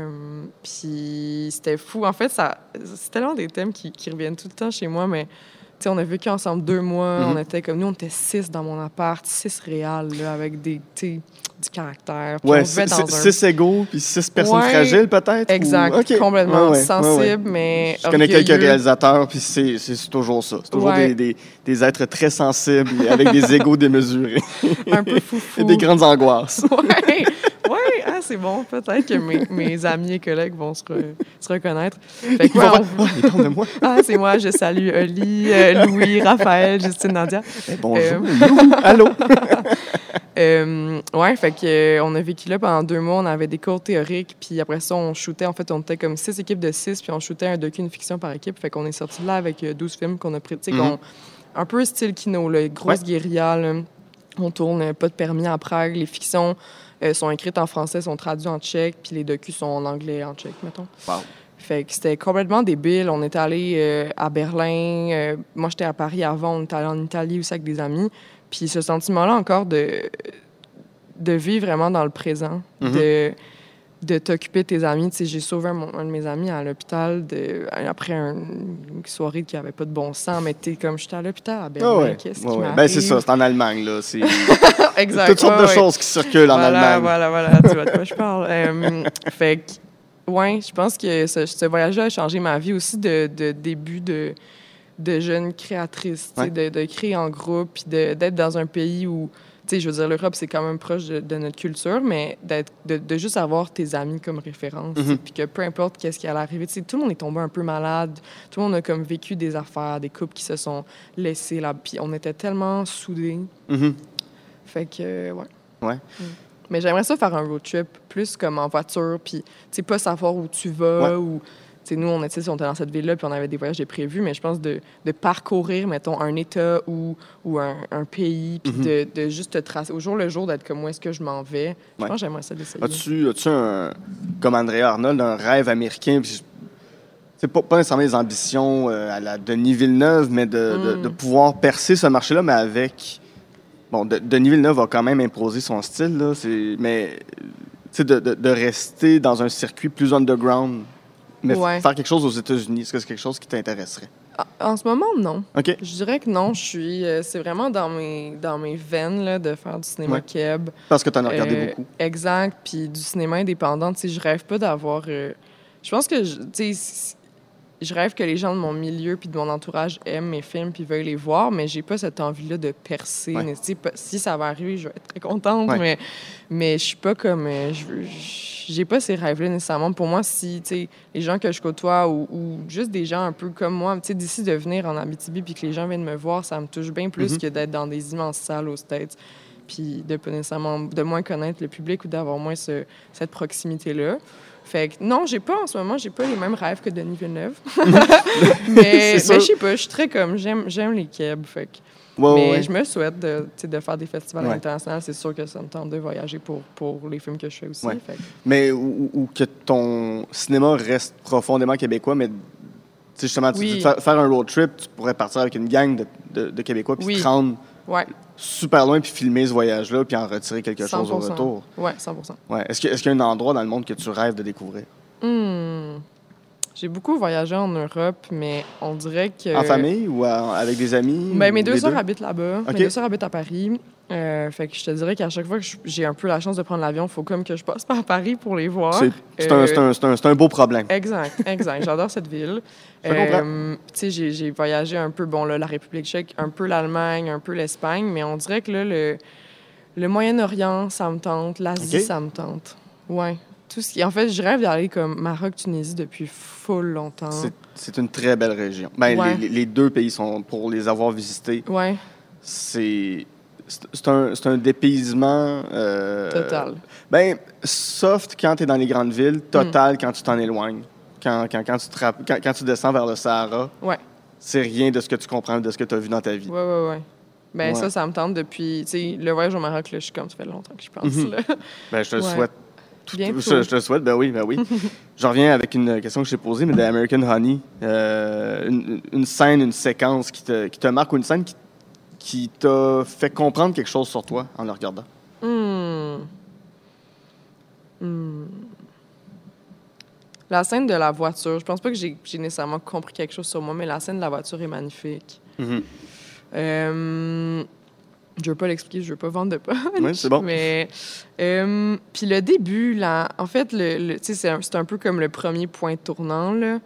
Puis c'était fou. En fait, c'est tellement des thèmes qui reviennent tout le temps chez moi, mais tu sais, on a vécu ensemble 2 mois. On était comme nous, on était 6 dans mon appart, 6 réals, là, avec du caractère. Ouais, 6 égaux, puis 6 personnes fragiles, peut-être? Exact, complètement sensible, mais je connais quelques réalisateurs, puis c'est toujours ça. C'est toujours des êtres très sensibles, avec des égos démesurés. Un peu foufou. Et des grandes angoisses. Oui, c'est bon. Peut-être que mes amis et collègues vont se reconnaître. Fait que, de moi. C'est moi. Je salue Oli, Louis, Raphaël, Justine, Nadia. Bonjour. Allô. Ouais, fait que on a vécu là pendant 2 mois. On avait des cours théoriques, puis après ça, on shootait. En fait, on était comme 6 équipes de 6, puis on shootait un docu, une fiction par équipe. Fait qu'on est sorti de là avec 12 films qu'on a pris, un peu style kino, là, grosse guérilla. Là. On tourne pas de permis à Prague. Les fictions sont écrites en français, sont traduites en tchèque, puis les docus sont en anglais et en tchèque, mettons. Wow. Fait que c'était complètement débile. On était allé à Berlin. Moi, j'étais à Paris avant. On était allé en Italie aussi avec des amis. Puis ce sentiment-là encore de vivre vraiment dans le présent, de t'occuper de tes amis. Tu sais, j'ai sauvé un de mes amis à l'hôpital après une soirée qui avait pas de bon sens, mais t'es comme, j'étais à l'hôpital à Berlin, qu'est-ce qui m'arrive? Ben c'est ça, c'est en Allemagne, là. C'est exact. Toutes sortes de choses qui circulent en Allemagne. Voilà, tu vois de quoi je parle. Fait que, ouais, je pense que ce voyage-là a changé ma vie aussi de début de jeunes créatrices, de créer en groupe, puis d'être dans un pays où, tu sais, je veux dire, l'Europe, c'est quand même proche de notre culture, mais de juste avoir tes amis comme référence, puis que peu importe qu'est-ce qui allait arriver, tu sais, tout le monde est tombé un peu malade, tout le monde a comme vécu des affaires, des couples qui se sont laissés là, puis on était tellement soudés. Fait que, ouais. Ouais. Mais j'aimerais ça faire un road trip plus comme en voiture, puis, tu sais, pas savoir où tu vas ou... Tu sais, nous, on était dans cette ville-là, puis on avait des voyages de prévus, mais je pense de parcourir, mettons, un État ou un pays, puis de juste te tracer au jour le jour, d'être comme où est-ce que je m'en vais. Je pense que j'aimerais ça d'essayer. As-tu comme Andrea Arnold, un rêve américain? C'est pas nécessairement des ambitions à la Denis Villeneuve, mais de pouvoir percer ce marché-là, mais avec... Bon, Denis Villeneuve a quand même imposé son style, là, mais de rester dans un circuit plus underground, mais faire quelque chose aux États-Unis, est-ce que c'est quelque chose qui t'intéresserait? En ce moment, non. OK. Je dirais que non. C'est vraiment dans mes veines là, de faire du cinéma keb. Parce que tu en as regardé beaucoup. Exact. Puis du cinéma indépendant, tu sais, je rêve pas d'avoir... je pense que, tu sais... Je rêve que les gens de mon milieu puis de mon entourage aiment mes films puis veuillent les voir, mais j'ai pas cette envie-là de percer. Ouais. Si ça va arriver, je vais être très contente, mais je suis pas comme... j'ai pas ces rêves-là nécessairement. Pour moi, si les gens que je côtoie ou juste des gens un peu comme moi, d'ici de venir en Abitibi puis que les gens viennent me voir, ça me touche bien plus que d'être dans des immenses salles aux States puis de pas nécessairement de moins connaître le public ou d'avoir moins cette proximité-là. Fait que non, en ce moment, j'ai pas les mêmes rêves que Denis Villeneuve. mais je sais pas, je suis très comme, j'aime les kebs, fait que... mais je me souhaite de faire des festivals internationaux. C'est sûr que ça me tente de voyager pour les films que je fais aussi. Ouais. Fait que... Mais ou que ton cinéma reste profondément québécois, mais justement, tu dis faire un road trip, tu pourrais partir avec une gang de Québécois puis te rendre super loin puis filmer ce voyage-là puis en retirer quelque chose au retour. Oui, 100%. Ouais. Est-ce qu'il y a un endroit dans le monde que tu rêves de découvrir? J'ai beaucoup voyagé en Europe, mais on dirait que... En famille ou avec des amis? Mes deux sœurs habitent là-bas. Okay. Mes deux sœurs habitent à Paris. Fait que je te dirais qu'à chaque fois que j'ai un peu la chance de prendre l'avion, il faut comme que je passe par Paris pour les voir. C'est un beau problème. Exact. J'adore cette ville. Tu sais, j'ai voyagé un peu, la République tchèque, un peu l'Allemagne, un peu l'Espagne, mais on dirait que là, le Moyen-Orient, ça me tente. L'Asie, ça me tente. Ouais. En fait, je rêve d'aller comme Maroc, Tunisie depuis full longtemps. C'est une très belle région. Les deux pays sont, pour les avoir visités, c'est un dépaysement... total. Soft quand tu es dans les grandes villes, total quand tu t'en éloignes. Quand tu descends vers le Sahara, c'est rien de ce que tu comprends, de ce que tu as vu dans ta vie. Oui. Ça me tente depuis... Le voyage au Maroc, là, je suis comme, ça fait longtemps que je pense. Là. Je te le souhaite. Je te le souhaite, ben oui. Je reviens avec une question que je t'ai posée, mais de American Honey. Une scène, une séquence qui te marque ou une scène qui t'a fait comprendre quelque chose sur toi en le regardant? La scène de la voiture. Je pense pas que j'ai nécessairement compris quelque chose sur moi, mais la scène de la voiture est magnifique. Je veux pas l'expliquer, je veux pas vendre de punch. Oui, c'est bon. Mais puis le début, là, en fait, c'est un peu comme le premier point tournant, là.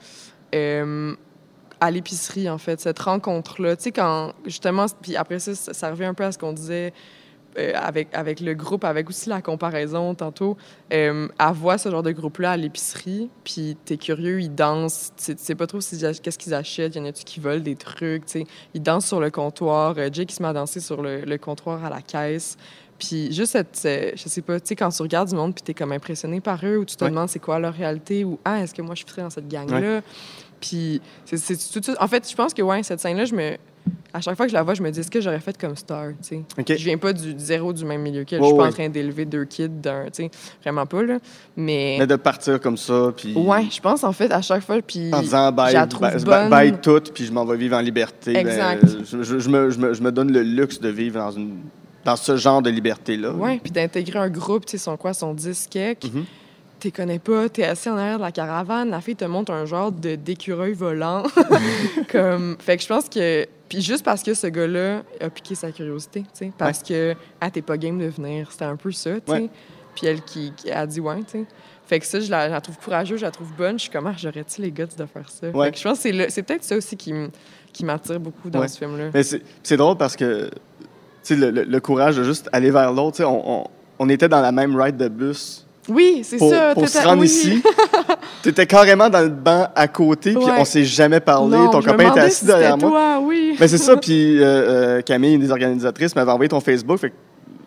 À l'épicerie, en fait, cette rencontre-là. Tu sais, quand, justement, puis après ça revient un peu à ce qu'on disait avec le groupe, avec aussi la comparaison tantôt. Elle voit ce genre de groupe-là à l'épicerie, puis t'es curieux, ils dansent. Tu sais pas trop qu'est-ce qu'ils achètent. Il y en a-tu qui volent des trucs, tu sais. Ils dansent sur le comptoir. Jake, il se met à danser sur le comptoir à la caisse. Puis juste je sais pas, tu sais, quand tu regardes du monde, puis t'es comme impressionné par eux, ou tu te demandes c'est quoi leur réalité, ou est-ce que moi je fitterais dans cette gang-là? Puis c'est tout de suite... En fait, je pense que, cette scène-là, à chaque fois que je la vois, je me dis, est-ce que j'aurais fait comme Star, tu sais? Okay. Je viens pas du zéro du même milieu qu'elle. Je suis pas en train d'élever deux kids d'un, tu sais, vraiment pas, là. Mais de partir comme ça, puis... Ouais, je pense, en fait, à chaque fois, puis... En disant, bye tout, puis je m'en vais vivre en liberté. Exact. Je me donne le luxe de vivre dans ce genre de liberté-là. Ouais, puis d'intégrer un groupe, tu sais, son 10 kek. Tu connais pas, t'es assis en arrière de la caravane, la fille te montre un genre d'écureuil volant. Fait que je pense que... Puis juste parce que ce gars-là a piqué sa curiosité, tu sais, parce que t'es pas game de venir, c'était un peu ça, tu sais. Puis elle qui a dit tu sais. Fait que ça, je la trouve courageuse, je la trouve bonne. Je suis comme, j'aurais-tu les guts de faire ça? Fait que je pense que c'est peut-être ça aussi qui m'attire beaucoup dans ce film-là. Mais c'est drôle parce que, tu sais, le courage de juste aller vers l'autre, tu sais, on était dans la même ride de bus. Oui, c'est ça. Pour se rendre ici, t'étais carrément dans le banc à côté, puis on s'est jamais parlé. Non, ton copain était assis derrière moi. Toi, oui. Ben c'est ça, puis Camille, une des organisatrices, m'avait envoyé ton Facebook. Fait que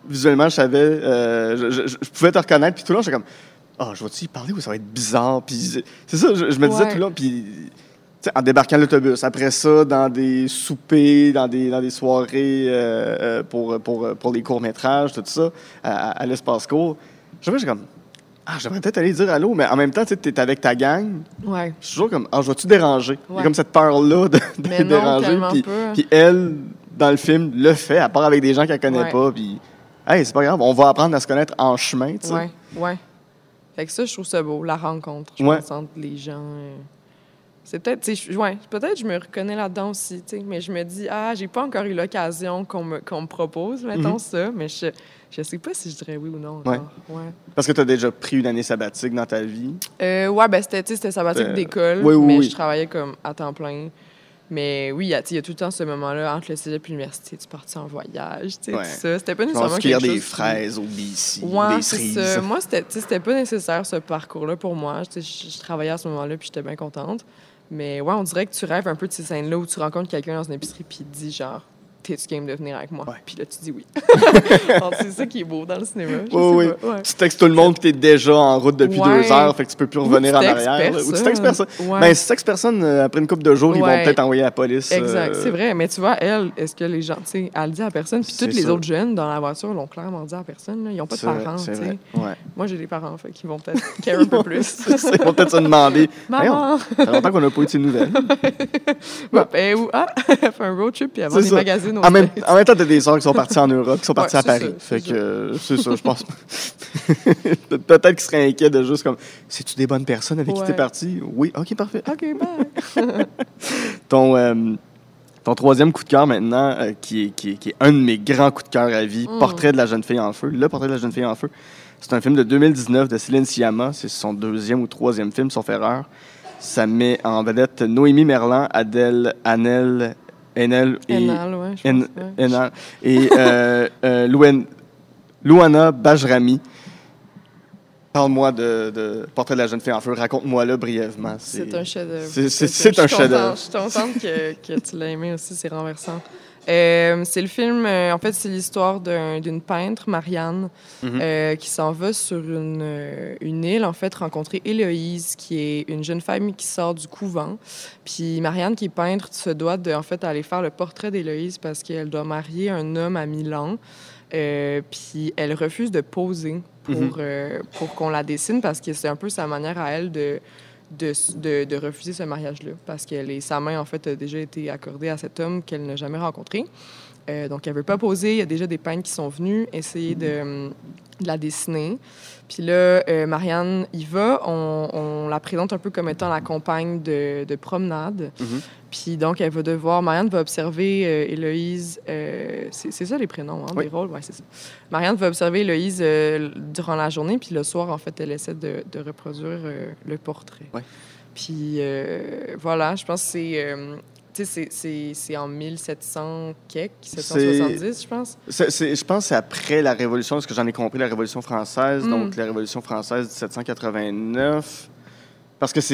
visuellement, je savais, je pouvais te reconnaître, puis tout le long, j'étais comme, je vais-tu y parler ou ça va être bizarre? Puis c'est ça, je me disais tout le long, puis en débarquant l'autobus, après ça, dans des soupers, dans des soirées pour les courts-métrages, tout ça, à l'espace court, j'étais comme, j'aimerais peut-être aller dire allô, mais en même temps, tu es avec ta gang. Ouais. Je suis toujours comme, je vais-tu déranger? Ouais. Il y a comme cette peur-là de déranger. Puis elle, dans le film, le fait, à part avec des gens qu'elle connaît pas. Puis, c'est pas grave, on va apprendre à se connaître en chemin, tu sais. Ouais. Fait que ça, je trouve ça beau, la rencontre, je pense, entre les gens. C'est peut-être, peut-être je me reconnais là-dedans aussi, tu sais, mais je me dis, j'ai pas encore eu l'occasion qu'on me propose, mettons ça, mais je sais pas si je dirais oui ou non encore. Ouais. Parce que tu as déjà pris une année sabbatique dans ta vie? C'était sabbatique d'école, mais je travaillais comme à temps plein. Mais oui, il y a tout le temps ce moment-là, entre le cégep et l'université, tu partais en voyage, tu sais, tout ça. C'était pas nécessairement quelque chose... des fraises au BC, des cerises. C'est ça. Moi, c'était pas nécessaire, ce parcours-là, pour moi. Je travaillais à ce moment-là, puis j'étais bien contente. Mais on dirait que tu rêves un peu de ces scènes-là où tu rencontres quelqu'un dans une épicerie, puis il te dit genre... T'es-tu game de venir avec moi? Puis là, tu dis oui. Alors, c'est ça qui est beau dans le cinéma. Oui. Tu textes tout le monde que t'es déjà en route depuis 2 heures, fait que tu peux plus revenir en arrière. Ou tu textes personne. Ben, si tu textes personne, après une couple de jours, ils vont peut-être envoyer la police. Exact, c'est vrai. Mais tu vois, elle, est-ce que les gens, tu sais, elle le dit à personne, puis tous les autres jeunes dans la voiture l'ont clairement dit à personne. Là. Ils n'ont pas de parents, tu sais. Moi, j'ai des parents, fait qu'ils vont peut-être care un peu plus. Ils vont peut-être se demander. Maman! Ça fait longtemps qu'on n'a pas eu de ces nouvelles. Fait un road trip, puis avoir des magazines. En même temps, t'as des sœurs qui sont parties en Europe, qui sont parties à Paris. Fait que c'est ça, je pense. Peut-être qu'ils seraient inquiets de juste comme, c'est-tu des bonnes personnes avec qui t'es parti? Oui, OK, parfait. OK, bye. Ton troisième coup de cœur maintenant, qui est un de mes grands coups de cœur à vie, Portrait de la jeune fille en feu. Le Portrait de la jeune fille en feu. C'est un film de 2019 de Céline Sciamma. C'est son 2e ou 3e film, sauf erreur. Ça met en vedette Noémie Merlan, Adèle Haenel et Louana Bajrami. Parle-moi de Portrait de la jeune fille en feu. Raconte-moi-le brièvement. C'est un chef-d'œuvre. C'est un chef-d'œuvre. Je suis contente que tu l'as aimé aussi. C'est renversant. C'est le film, en fait, c'est l'histoire d'une peintre, Marianne, qui s'en va sur une île, en fait, rencontrer Héloïse, qui est une jeune femme qui sort du couvent. Puis Marianne, qui est peintre, se doit en fait, aller faire le portrait d'Héloïse parce qu'elle doit marier un homme à Milan. Puis elle refuse de poser pour qu'on la dessine parce que c'est un peu sa manière à elle de refuser ce mariage-là parce que sa main, en fait, a déjà été accordée à cet homme qu'elle n'a jamais rencontré. Donc, elle ne veut pas poser. Il y a déjà des peintres qui sont venus essayer de la dessiner. Puis là, Marianne y va. On la présente un peu comme étant la compagne de promenade. Puis donc, Marianne va observer Héloïse. C'est ça les prénoms, des rôles? Oui, c'est ça. Marianne va observer Héloïse durant la journée. Puis le soir, en fait, elle essaie de reproduire le portrait. Ouais. Puis voilà, je pense que c'est en 1700 770, je pense. Je pense que c'est après la Révolution, parce que j'en ai compris, la Révolution française. Donc, la Révolution française, 1789. Parce que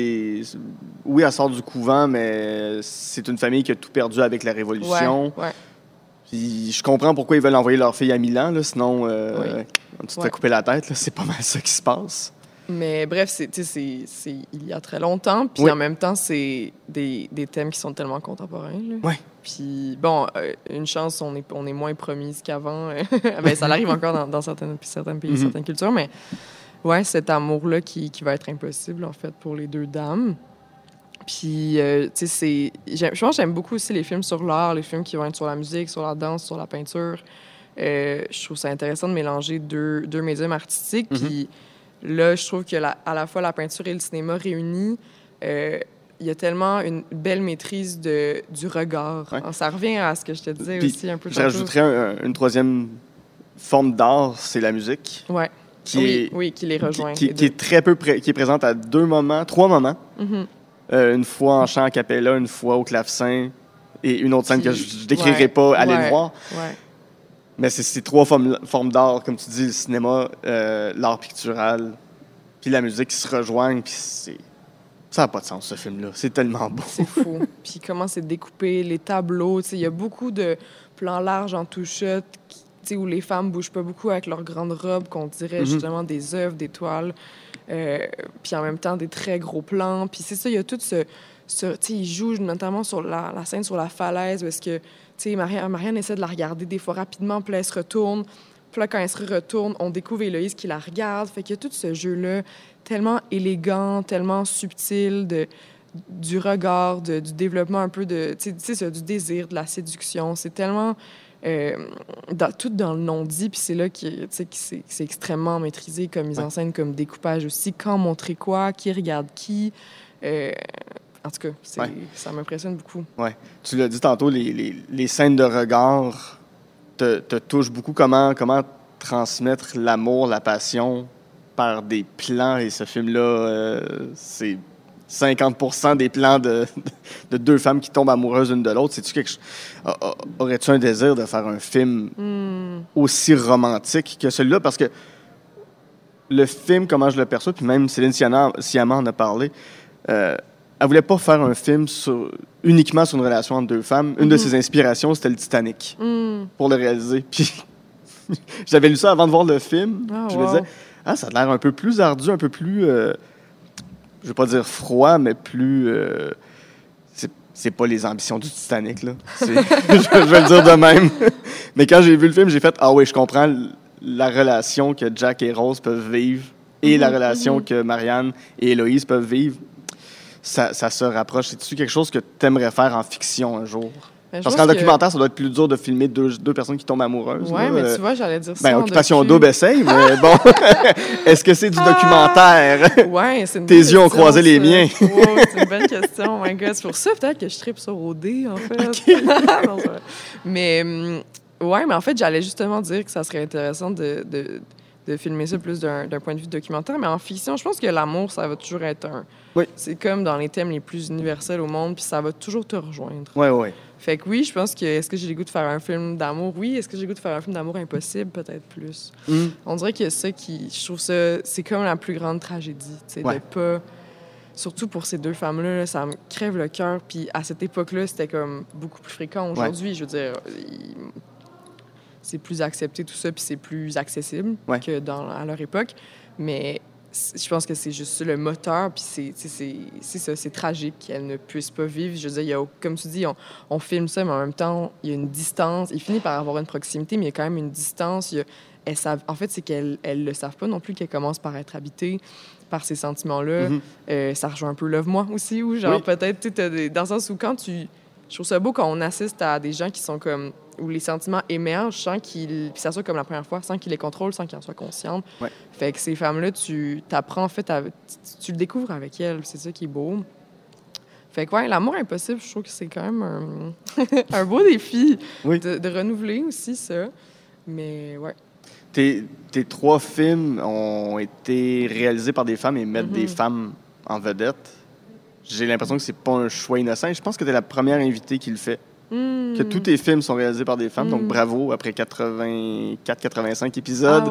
oui, elle sort du couvent, mais c'est une famille qui a tout perdu avec la Révolution. Ouais. Puis je comprends pourquoi ils veulent envoyer leur fille à Milan, là, sinon, tu te fais couper la tête. Là, c'est pas mal ça qui se passe. Mais bref, c'est il y a très longtemps, puis en même temps, c'est des thèmes qui sont tellement contemporains. Oui. Puis bon, une chance, on est moins promise qu'avant. Ben, ça arrive encore dans certains pays, certaines cultures, mais ouais, cet amour-là qui va être impossible, en fait, pour les deux dames. Puis, tu sais, je pense que j'aime beaucoup aussi les films sur l'art, les films qui vont être sur la musique, sur la danse, sur la peinture. Je trouve ça intéressant de mélanger deux médiums artistiques, puis là, je trouve que à la fois la peinture et le cinéma réunis, il y a tellement une belle maîtrise du regard. Ouais. Ça revient à ce que je te disais aussi un peu tantôt. J'ajouterais une troisième forme d'art, c'est la musique. Ouais. Qui les rejoint. Qui est très peu qui est présente à 3 moments. Une fois en chant a cappella, une fois au clavecin et une autre scène que je ne décrirai pas, allez le voir. Ouais. Mais c'est ces 3 formes d'art, comme tu dis, le cinéma, l'art pictural, puis la musique qui se rejoignent, puis ça n'a pas de sens, ce film-là. C'est tellement beau. C'est fou. Puis comment c'est découpé, les tableaux, il y a beaucoup de plans larges en two-shot où les femmes bougent pas beaucoup avec leurs grandes robes, qu'on dirait justement des œuvres, des toiles, puis en même temps des très gros plans. Puis c'est ça, il y a tout ce ils jouent notamment sur la scène sur la falaise, où est-ce que Marianne essaie de la regarder des fois rapidement, puis là, elle se retourne. Puis là, quand elle se retourne, on découvre Héloïse qui la regarde. Fait qu'il y a tout ce jeu-là tellement élégant, tellement subtil du regard, du développement un peu du désir, de la séduction. C'est tellement tout dans le non-dit, puis c'est là que c'est extrêmement maîtrisé comme mise en scène, comme découpage aussi. Quand montrer quoi, qui regarde qui. En tout cas, ça m'impressionne beaucoup. Ouais. Tu l'as dit tantôt, les scènes de regard te touchent beaucoup. Comment transmettre l'amour, la passion par des plans. Et ce film-là, c'est 50% des plans de deux femmes qui tombent amoureuses l'une de l'autre. Aurais-tu un désir de faire un film aussi romantique que celui-là? Parce que le film, comment je le perçois, puis même Céline Sciamma en a parlé, elle voulait pas faire un film uniquement sur une relation entre deux femmes. Une de ses inspirations, c'était le Titanic, pour le réaliser. Puis j'avais lu ça avant de voir le film. Je me disais, ça a l'air un peu plus ardu, un peu plus, je vais pas dire froid, mais plus... c'est pas les ambitions du Titanic, là. je vais le dire de même. Mais quand j'ai vu le film, j'ai fait, ah oui, je comprends la relation que Jack et Rose peuvent vivre et la relation que Marianne et Héloïse peuvent vivre. Ça se rapproche. C'est-tu quelque chose que tu aimerais faire en fiction un jour? Parce qu'en documentaire, ça doit être plus dur de filmer deux personnes qui tombent amoureuses. Oui, mais tu vois, j'allais dire ça. Occupation double, essaye, mais bon. Est-ce que c'est du documentaire? Oui, c'est une Tes yeux ont croisé les miens. C'est une bonne question. Oh my God. C'est pour ça, peut-être, que je tripe sur OD, en fait. Okay. Non, mais en fait, j'allais justement dire que ça serait intéressant de filmer ça plus d'un point de vue documentaire. Mais en fiction, je pense que l'amour, ça va toujours être Oui. C'est comme dans les thèmes les plus universels au monde, puis ça va toujours te rejoindre. Oui. Fait que oui, je pense que... Est-ce que j'ai le goût de faire un film d'amour? Oui. Est-ce que j'ai le goût de faire un film d'amour impossible? Peut-être plus. On dirait que ça qui... Je trouve ça... C'est comme la plus grande tragédie, tu sais, de pas... Surtout pour ces deux femmes-là, là, ça me crève le cœur. Puis à cette époque-là, c'était comme beaucoup plus fréquent. Aujourd'hui, je veux dire... C'est plus accepté, tout ça, puis c'est plus accessible que à leur époque. Mais je pense que c'est juste ça, le moteur, puis c'est ça, c'est tragique qu'elles ne puissent pas vivre. Je veux dire, comme tu dis, on filme ça, mais en même temps, il y a une distance. Il finit par avoir une proximité, mais il y a quand même une distance. Elles savent, en fait, c'est qu'elles le savent pas non plus qu'elles commencent par être habitées par ces sentiments-là. Ça rejoint un peu Love Moi aussi, ou genre peut-être, dans le sens où quand tu... Je trouve ça beau quand on assiste à des gens qui sont comme... où les sentiments émergent sans qu'ils... Puis ça soit comme la première fois, sans qu'ils les contrôlent, sans qu'ils en soient conscients. Fait que ces femmes-là, tu t'apprends, en fait, tu le découvres avec elles. C'est ça qui est beau. Fait que, l'amour impossible, je trouve que c'est quand même un beau défi de renouveler aussi ça. Mais, Tes 3 films ont été réalisés par des femmes et mettent des femmes en vedette. J'ai l'impression que c'est pas un choix innocent. Je pense que t'es la première invitée qui le fait. Que tous tes films sont réalisés par des femmes. Donc, bravo, après 84-85 épisodes.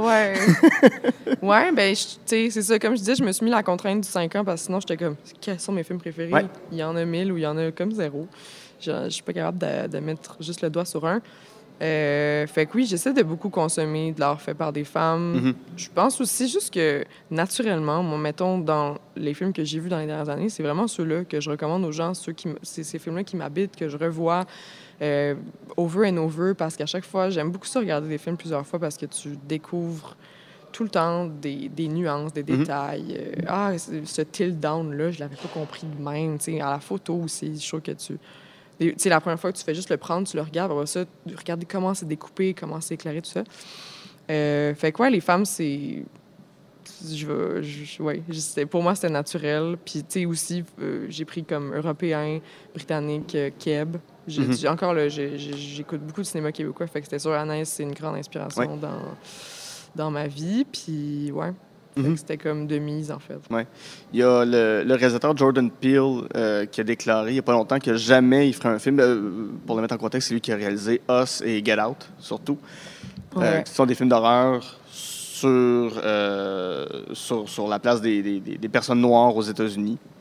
Ben, tu sais, c'est ça. Comme je disais, je me suis mis la contrainte du 5 ans parce que sinon, j'étais comme, quels sont mes films préférés? Il y en a 1000 ou il y en a comme 0. Je suis pas capable de mettre juste le doigt sur un. Fait que oui, j'essaie de beaucoup consommer de l'art fait par des femmes. Je pense aussi juste que, naturellement, moi, mettons, dans les films que j'ai vus dans les dernières années, c'est vraiment ceux-là que je recommande aux gens, ces films-là qui m'habitent, que je revois over and over, parce qu'à chaque fois, j'aime beaucoup ça, regarder des films plusieurs fois, parce que tu découvres tout le temps des nuances, des détails. Ce tilt-down-là, je l'avais pas compris de même. T'sais, à la photo aussi, je trouve que tu sais, la première fois que tu fais juste le prendre, tu le regardes, après ça, regarder comment c'est découpé, comment c'est éclairé, tout ça. Fait que, les femmes, c'est... pour moi, c'était naturel. Puis, tu sais, aussi, j'ai pris comme européen, britannique, keb. J'écoute beaucoup de cinéma québécois, fait que c'était sûr, Anaïs, c'est une grande inspiration dans ma vie. Puis, c'était comme de mise, en fait. Il y a le réalisateur Jordan Peele qui a déclaré il n'y a pas longtemps que jamais il ferait un film. Pour le mettre en contexte, c'est lui qui a réalisé Us et Get Out, surtout. Qui sont des films d'horreur sur la place des personnes noires aux États-Unis.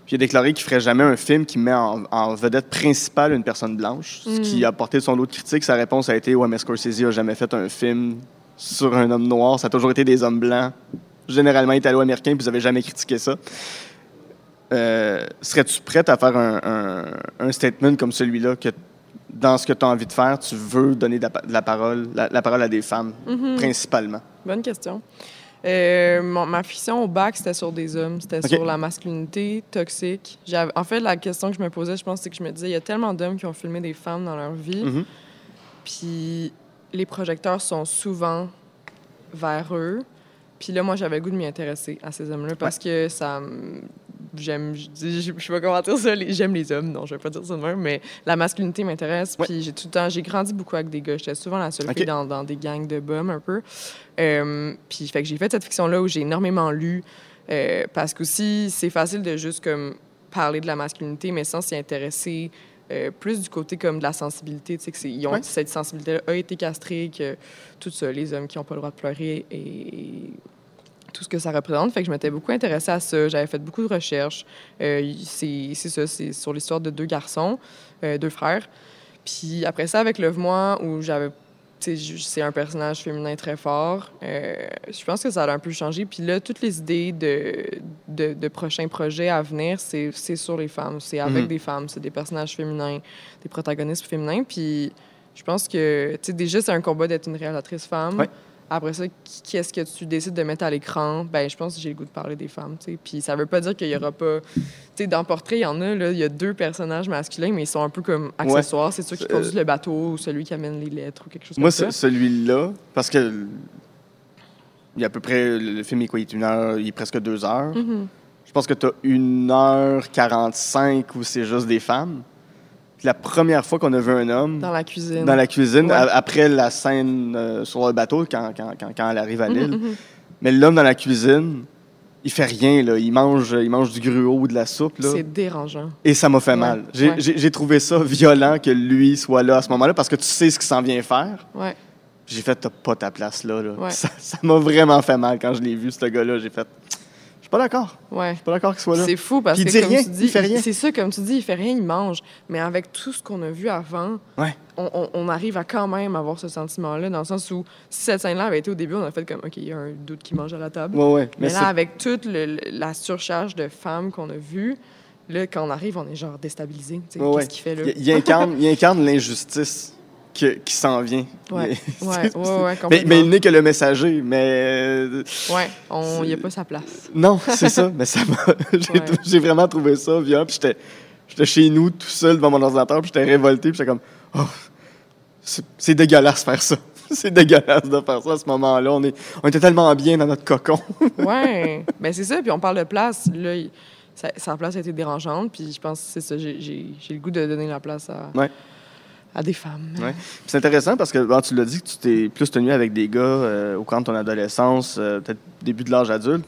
Puis il a déclaré qu'il ne ferait jamais un film qui met en vedette principale une personne blanche. Ce qui a apporté son lot de critiques. Sa réponse a été « Ouais, mais Scorsese n'a jamais fait un film sur un homme noir. Ça a toujours été des hommes blancs, généralement italo-américains, puis vous n'avez jamais critiqué ça. » Serais-tu prête à faire un statement comme celui-là, que dans ce que tu as envie de faire, tu veux donner la parole à des femmes, principalement? Bonne question. Ma fiction au bac, c'était sur des hommes. C'était sur la masculinité toxique. En fait, la question que je me posais, je pense, c'est que je me disais, il y a tellement d'hommes qui ont filmé des femmes dans leur vie, puis les projecteurs sont souvent vers eux. Puis là, moi, j'avais le goût de m'y intéresser à ces hommes-là parce que ça... je sais pas comment dire ça, j'aime les hommes, non, je vais pas dire ça de même, mais la masculinité m'intéresse, puis j'ai grandi beaucoup avec des gars, j'étais souvent la seule fille dans des gangs de bums, un peu, puis fait que j'ai fait cette fiction-là où j'ai énormément lu, parce qu'aussi, c'est facile de juste, comme, parler de la masculinité, mais sans s'y intéresser plus du côté, comme, de la sensibilité, tu sais, cette sensibilité-là a été castrée, que tout ça, les hommes qui n'ont pas le droit de pleurer et tout ce que ça représente. Fait que je m'étais beaucoup intéressée à ça. J'avais fait beaucoup de recherches. C'est ça, c'est sur l'histoire de deux garçons, deux frères. Puis après ça, avec Love-moi, où c'est un personnage féminin très fort, je pense que ça a un peu changé. Puis là, toutes les idées de prochains projets à venir, c'est sur les femmes. C'est avec des femmes. C'est des personnages féminins, des protagonistes féminins. Puis je pense que, déjà, c'est un combat d'être une réalisatrice femme. Ouais. Après ça, qu'est-ce que tu décides de mettre à l'écran? Ben, je pense que j'ai le goût de parler des femmes, tu sais. Puis ça veut pas dire qu'il y aura pas... Tu sais, dans Portrait, il y en a, là, il y a deux personnages masculins, mais ils sont un peu comme accessoires. C'est ceux qui conduisent le bateau ou celui qui amène les lettres ou quelque chose comme ça. Moi, celui-là, parce que il y a à peu près... Le film, il est 1 heure, il est presque 2 heures. Je pense que tu as 1h45 où c'est juste des femmes. La première fois qu'on a vu un homme... Dans la cuisine, après la scène sur le bateau, quand elle arrive à l'île. Mais l'homme dans la cuisine, il fait rien, là. Il mange du gruau ou de la soupe, là. C'est dérangeant. Et ça m'a fait mal. J'ai trouvé ça violent que lui soit là à ce moment-là, parce que tu sais ce qu'il s'en vient faire. Ouais. J'ai fait, t'as pas ta place là. Ouais. Ça m'a vraiment fait mal quand je l'ai vu, ce gars-là. J'ai fait... Je suis pas d'accord. Ouais. Je suis pas d'accord qu'il soit là. C'est fou parce que, comme rien, tu dis, il fait rien. C'est ça, comme tu dis, il fait rien, il mange. Mais avec tout ce qu'on a vu avant, on arrive à quand même avoir ce sentiment-là, dans le sens où si cette scène-là avait été au début, on a fait comme, OK, il y a un doute qui mange à la table. Ouais. Mais là, avec toute la surcharge de femmes qu'on a vues, là, quand on arrive, on est genre déstabilisé. Qu'est-ce qu'il fait là? Il incarne l'injustice qui s'en vient. Ouais, complètement. Mais il n'est que le messager, mais... Il n'y a pas sa place. Non, c'est ça, mais ça m'a... J'ai vraiment trouvé ça violent, puis j'étais chez nous, tout seul, devant mon ordinateur, puis j'étais révolté, puis j'étais comme... Oh, c'est dégueulasse faire ça. C'est dégueulasse de faire ça à ce moment-là. On était tellement bien dans notre cocon. Ouais, mais c'est ça, puis on parle de place, là... Sa place a été dérangeante, puis je pense que c'est ça, j'ai le goût de donner la place à des femmes. Ouais. C'est intéressant parce que tu l'as dit que tu t'es plus tenu avec des gars au cours de ton adolescence, peut-être début de l'âge adulte.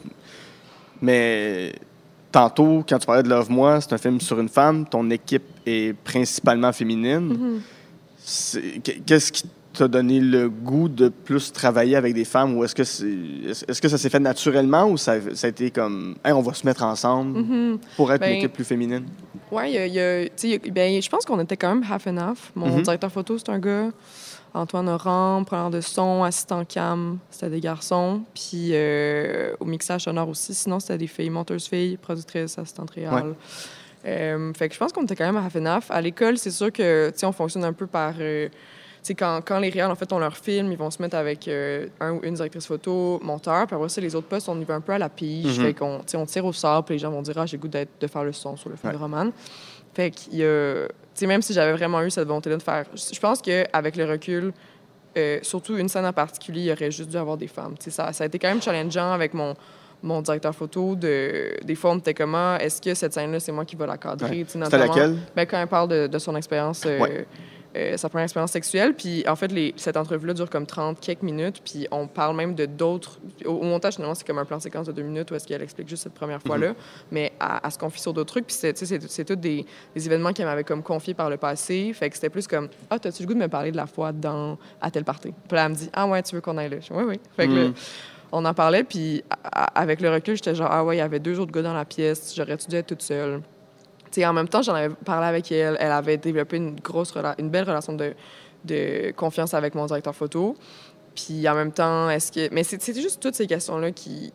Mais tantôt, quand tu parlais de Love-moi, c'est un film sur une femme. Ton équipe est principalement féminine. Qu'est-ce qui t'a donné le goût de plus travailler avec des femmes, ou est-ce que ça s'est fait naturellement, ou ça a été comme hey, on va se mettre ensemble pour être une équipe plus féminine? Oui, je pense qu'on était quand même half and half. Mon directeur photo, c'est un gars. Antoine Oran, preneur de son, assistant cam, c'était des garçons. Puis au mixage sonore aussi, sinon c'était des filles, monteuse-filles, productrice, assistante réelle. Fait que je pense qu'on était quand même half and half. À l'école, c'est sûr que on fonctionne un peu par... quand les réals, en fait, ont leur film, ils vont se mettre avec un ou une directrice photo, monteur, puis après ça, les autres postes, on y va un peu à la pige. Fait qu'on on tire au sort, puis les gens vont dire « Ah, j'ai le goût de faire le son sur le film de Roman. » Fait qu'il y a... même si j'avais vraiment eu cette volonté-là de faire... Je pense qu'avec le recul, surtout une scène en particulier, il y aurait juste dû avoir des femmes. Ça a été quand même challengeant avec mon directeur photo. Des fois, on était comment, est-ce que cette scène-là, c'est moi qui va la cadrer? C'était laquelle? Quand elle parle de son expérience... sa première expérience sexuelle. Puis, en fait, cette entrevue-là dure comme 30 quelques minutes. Puis, on parle même de d'autres... Au montage, finalement, c'est comme un plan séquence de 2 minutes où est-ce qu'elle explique juste cette première fois-là. Mais elle se confie sur d'autres trucs. Puis, c'est tous des événements qu'elle m'avait comme confiés par le passé. Fait que c'était plus comme « Ah, t'as-tu le goût de me parler de la fois à tel party? » Puis là, elle me dit « Ah ouais, tu veux qu'on aille là? » Oui. Fait que là, on en parlait, puis avec le recul, j'étais genre, ah ouais, il y avait 2 autres gars dans la pièce, j'aurais-tu dû être toute seule. T'sais, en même temps, j'en avais parlé avec elle. Elle avait développé une belle relation de confiance avec mon directeur photo. Puis en même temps, mais c'était juste toutes ces questions-là qui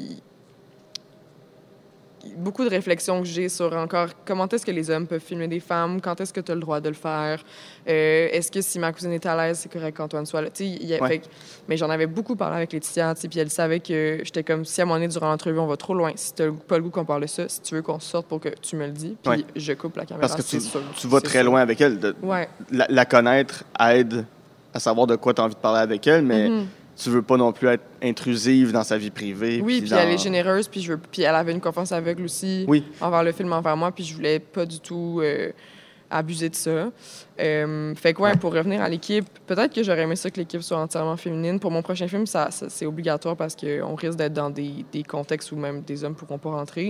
beaucoup de réflexions que j'ai sur encore comment est-ce que les hommes peuvent filmer des femmes, quand est-ce que tu as le droit de le faire, est-ce que si ma cousine est à l'aise, c'est correct qu'Antoine soit là. Mais j'en avais beaucoup parlé avec Laetitia, puis elle savait que j'étais comme, si à un moment donné, durant l'entrevue, on va trop loin, si tu n'as pas le goût qu'on parle de ça, si tu veux qu'on sorte pour que tu me le dis, puis je coupe la caméra. Parce que tu vas très loin avec elle. La connaître aide à savoir de quoi tu as envie de parler avec elle, mais... Tu veux pas non plus être intrusive dans sa vie privée. Oui, puis elle est généreuse, puis elle avait une confiance aveugle aussi envers le film, envers moi, puis je voulais pas du tout abuser de ça. Fait que pour revenir à l'équipe, peut-être que j'aurais aimé ça que l'équipe soit entièrement féminine. Pour mon prochain film, c'est obligatoire parce qu'on risque d'être dans des contextes où même des hommes pourront pas rentrer.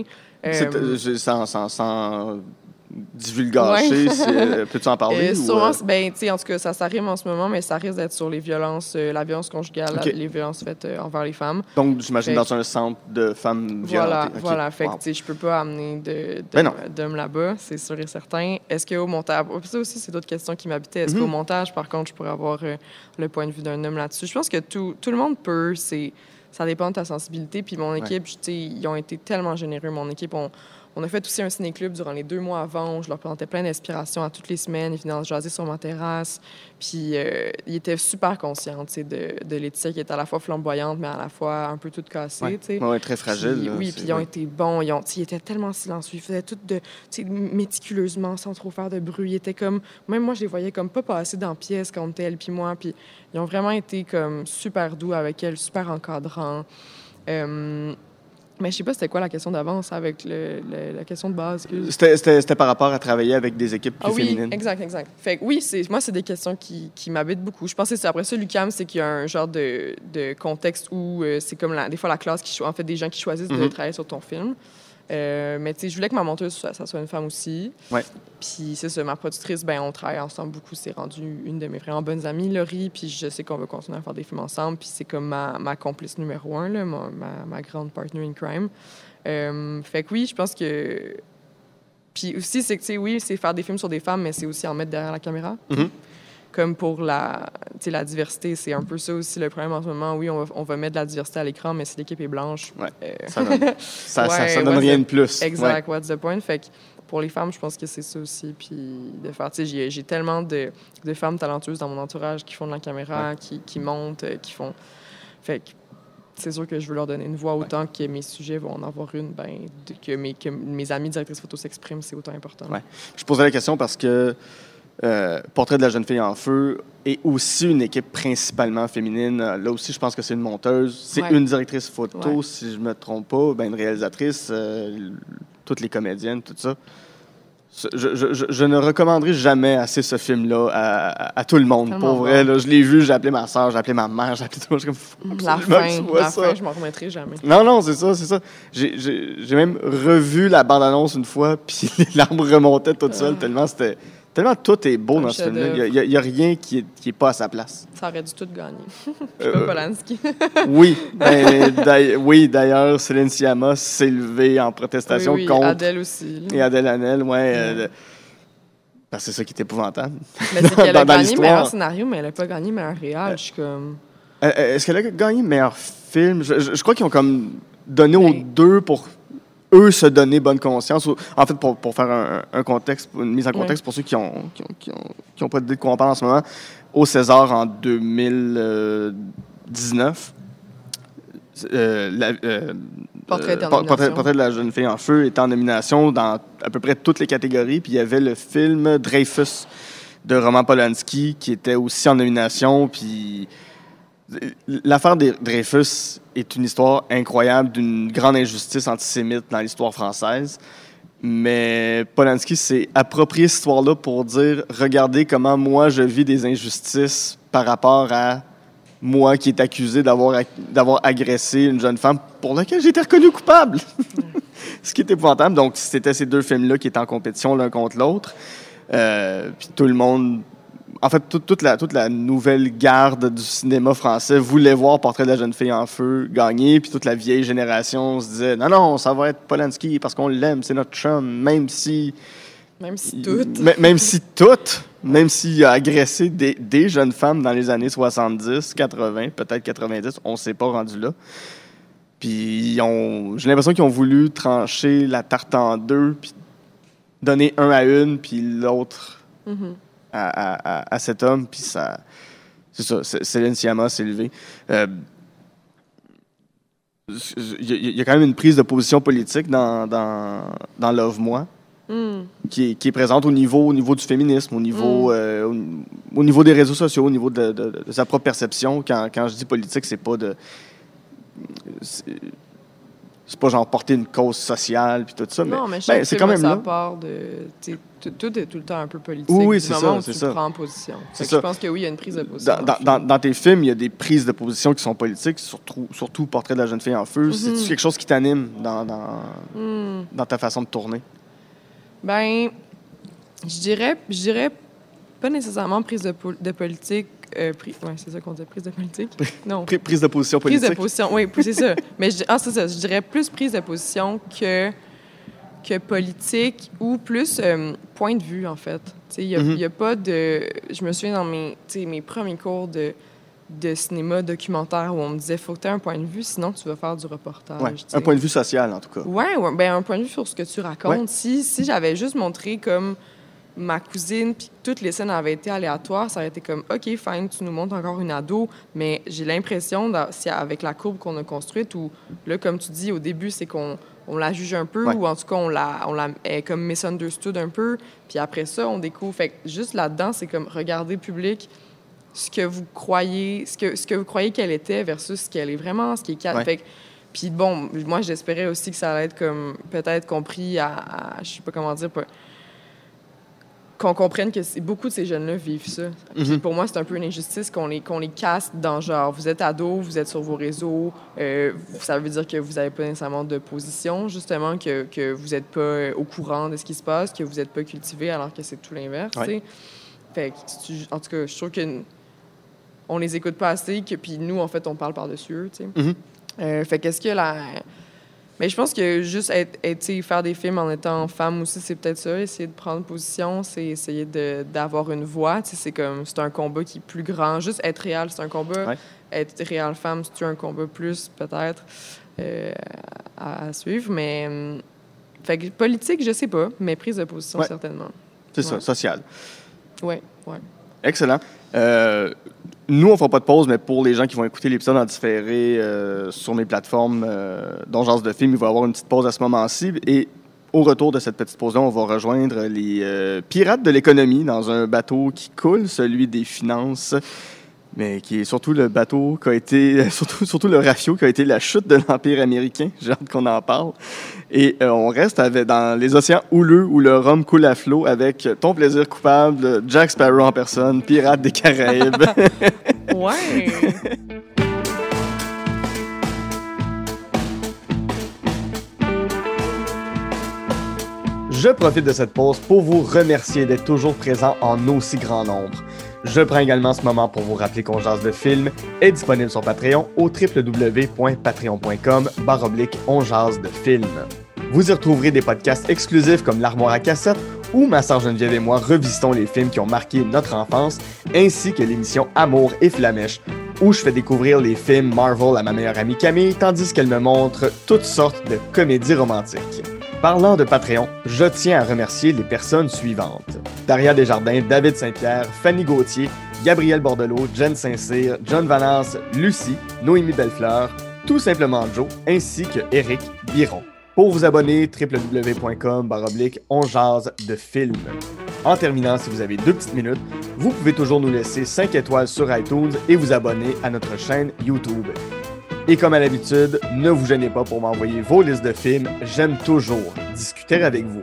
Sans divulgacher, peux-tu en parler? Sûrement, en tout cas, ça rime en ce moment, mais ça risque d'être sur les violences, la violence conjugale, les violences faites envers les femmes. Donc, j'imagine dans un centre de femmes violentées. Voilà. Fait que, je peux pas amener d'hommes là-bas, c'est sûr et certain. Est-ce qu'au montage... Ça aussi, c'est d'autres questions qui m'habitaient. Est-ce qu'au montage, par contre, je pourrais avoir le point de vue d'un homme là-dessus? Je pense que tout le monde peut, ça dépend de ta sensibilité. Puis mon équipe, ils ont été tellement généreux. Mon équipe, on a fait aussi un ciné-club durant les 2 mois avant. Je leur présentais plein d'inspirations à toutes les semaines. Ils venaient jaser sur ma terrasse. Puis ils étaient super conscients de Laetitia, qui est à la fois flamboyante, mais à la fois un peu toute cassée. Oui, très fragile. Puis ils ont été bons. Ils étaient tellement silencieux. Ils faisaient tout méticuleusement, sans trop faire de bruit. Ils étaient comme... Même moi, je les voyais comme pas passer dans la pièce quand on était elle puis moi. Puis ils ont vraiment été comme super doux avec elle, super encadrants. Mais je sais pas c'était quoi la question d'avance avec la question de base. C'était par rapport à travailler avec des équipes plus féminines. Oui, exact. Fait que oui, moi, c'est des questions qui m'habitent beaucoup. Je pense que après ça, l'UQAM, c'est qu'il y a un genre de contexte où c'est comme des fois la classe des gens qui choisissent de travailler sur ton film. Mais tu sais, je voulais que ma monteuse, ça soit une femme aussi. Ouais. Puis c'est ça, ma productrice, on travaille ensemble beaucoup. C'est rendu une de mes vraiment bonnes amies, Laurie. Puis je sais qu'on va continuer à faire des films ensemble. Puis c'est comme ma complice numéro 1, là, ma grande partner in crime. Fait que oui, je pense que... Puis aussi, c'est que, tu sais, oui, c'est faire des films sur des femmes, mais c'est aussi en mettre derrière la caméra. Comme pour la diversité, c'est un peu ça aussi le problème en ce moment. Oui, on va mettre de la diversité à l'écran, mais si l'équipe est blanche... ça donne rien de plus. Exact, what's the point? Fait que pour les femmes, je pense que c'est ça aussi. Puis de faire, tu sais, j'ai tellement de femmes talentueuses dans mon entourage qui font de la caméra, qui montent, qui font... Fait que c'est sûr que je veux leur donner une voix autant que mes sujets vont en avoir une, que mes amis directrices photo s'expriment, c'est autant important. Ouais. Je posais la question parce que Portrait de la jeune fille en feu est aussi une équipe principalement féminine. Là aussi, je pense que c'est une monteuse. C'est une directrice photo, si je ne me trompe pas, une réalisatrice, toutes les comédiennes, tout ça. Je ne recommanderai jamais assez ce film-là à tout le monde. Tellement pour vrai, là, je l'ai vu, j'ai appelé ma soeur, j'ai appelé ma mère, j'ai appelé tout le monde. La fin, je m'en remettrai jamais. Non, c'est ça. J'ai même revu la bande-annonce une fois, puis les larmes remontaient toutes seules, tellement tout est beau dans ce film-là. Il n'y a rien qui est pas à sa place. Ça aurait dû tout gagner. Puis pas Polanski. Oui, d'ailleurs, Céline Sciamma s'est levée en protestation contre... Adèle aussi. Et Adèle Haenel, parce que c'est ça qui est épouvantable. Mais c'est qu'elle a gagné meilleur scénario, mais elle n'a pas gagné meilleur réal. Je suis comme... Est-ce qu'elle a gagné meilleur film? Je crois qu'ils ont comme donné aux deux pour... eux se donner bonne conscience. En fait, pour faire un contexte, une mise en contexte pour ceux qui ont pas d'idée de quoi on parle en ce moment, au César en 2019, Portrait de la jeune fille en feu était en nomination dans à peu près toutes les catégories. Puis il y avait le film Dreyfus de Roman Polanski qui était aussi en nomination. Puis l'affaire des Dreyfus est une histoire incroyable d'une grande injustice antisémite dans l'histoire française. Mais Polanski s'est approprié cette histoire-là pour dire « Regardez comment moi je vis des injustices par rapport à moi qui est accusé d'avoir agressé une jeune femme pour laquelle j'ai été reconnu coupable. » Ce qui est épouvantable. Donc, c'était ces deux films-là qui étaient en compétition l'un contre l'autre. Puis tout le monde en fait, toute la nouvelle garde du cinéma français voulait voir Portrait de la jeune fille en feu gagner, puis toute la vieille génération se disait non, ça va être Polanski parce qu'on l'aime, c'est notre chum, même s'il a agressé des jeunes femmes dans les années 70, 80, peut-être 90, on ne s'est pas rendu là. Puis j'ai l'impression qu'ils ont voulu trancher la tarte en deux, puis donner un à une, puis l'autre à cet homme, puis ça... C'est ça, Céline Sciamma s'est levée. Il y a quand même une prise de position politique dans Love-moi, qui est présente au niveau du féminisme, au niveau des réseaux sociaux, au niveau de sa propre perception. Quand je dis politique, c'est pas de... C'est pas genre porter une cause sociale puis tout ça, non, mais c'est quand même ça là. Part de... Tout est tout le temps un peu politique. Oui, c'est ça. Tu prends position. Je pense que oui, il y a une prise de position. Dans tes films, il y a des prises de position qui sont politiques, surtout Portrait de la jeune fille en feu. C'est-tu quelque chose qui t'anime dans ta façon de tourner? Ben, je dirais pas nécessairement prise de politique. Oui, c'est ça qu'on dit, prise de politique? Non. Prise de position politique? Prise de position, oui, c'est ça. Mais c'est ça, je dirais plus prise de position que politique ou plus point de vue, en fait. Il y a pas de... Je me souviens dans mes premiers cours de cinéma documentaire où on me disait « Faut que tu aies un point de vue, sinon tu vas faire du reportage. Ouais, » un point de vue social, en tout cas. Oui, ben, un point de vue sur ce que tu racontes. Ouais. Si j'avais juste montré comme ma cousine, puis toutes les scènes avaient été aléatoires, ça aurait été comme, OK, fine, tu nous montres encore une ado, mais j'ai l'impression, avec la courbe qu'on a construite, où, là, comme tu dis, au début, c'est qu'on la juge un peu, ou en tout cas, on la est comme misunderstood un peu, puis après ça, on découvre. Fait que juste là-dedans, c'est comme, regarder public ce que vous croyez qu'elle était versus ce qu'elle est vraiment, ce qui est... Ouais. Fait que, puis bon, moi, j'espérais aussi que ça allait être comme, peut-être compris je sais pas comment dire, qu'on comprenne que beaucoup de ces jeunes-là vivent ça. Puis pour moi, c'est un peu une injustice qu'on les casse dans genre, vous êtes ado, vous êtes sur vos réseaux, ça veut dire que vous n'avez pas nécessairement de position, justement, que vous n'êtes pas au courant de ce qui se passe, que vous n'êtes pas cultivé, alors que c'est tout l'inverse. Ouais. Fait que, en tout cas, je trouve qu'on les écoute pas assez, puis nous, en fait, on parle par-dessus eux. Fait qu'est-ce que Mais je pense que juste faire des films en étant femme aussi, c'est peut-être ça. Essayer de prendre position, c'est essayer d'avoir une voix. C'est un combat qui est plus grand. Juste être réel, c'est un combat. Ouais. Être réel femme, c'est un combat plus, peut-être, à suivre. Mais fait que politique, je sais pas, mais prise de position, certainement. C'est ça, social. Oui. Excellent. Nous, on ne fera pas de pause, mais pour les gens qui vont écouter l'épisode en différé sur mes plateformes dont Jase de film, il va y avoir une petite pause à ce moment-ci. Et au retour de cette petite pause-là, on va rejoindre les pirates de l'économie dans un bateau qui coule, celui des finances, mais qui est surtout le bateau qui a été, surtout le rafio qui a été la chute de l'Empire américain. J'ai hâte qu'on en parle. Et on reste dans les océans houleux où le rhum coule à flot avec ton plaisir coupable, Jack Sparrow en personne, pirate des Caraïbes. Ouais! Je profite de cette pause pour vous remercier d'être toujours présent en aussi grand nombre. Je prends également ce moment pour vous rappeler qu'on Jase de film est disponible sur Patreon au www.patreon.com/on jase de film. Vous y retrouverez des podcasts exclusifs comme l'Armoire à cassette où ma sœur Geneviève et moi revisitons les films qui ont marqué notre enfance, ainsi que l'émission Amour et Flamèche où je fais découvrir les films Marvel à ma meilleure amie Camille tandis qu'elle me montre toutes sortes de comédies romantiques. Parlant de Patreon, je tiens à remercier les personnes suivantes. Daria Desjardins, David Saint-Pierre, Fanny Gauthier, Gabriel Bordelot, Jen Saint-Cyr, John Vanasse, Lucie, Noémie Bellefleur, tout simplement Joe, ainsi que Éric Biron. Pour vous abonner, www.com/on jase de film. En terminant, si vous avez 2 petites minutes, vous pouvez toujours nous laisser 5 étoiles sur iTunes et vous abonner à notre chaîne YouTube. Et comme à l'habitude, ne vous gênez pas pour m'envoyer vos listes de films, j'aime toujours discuter avec vous.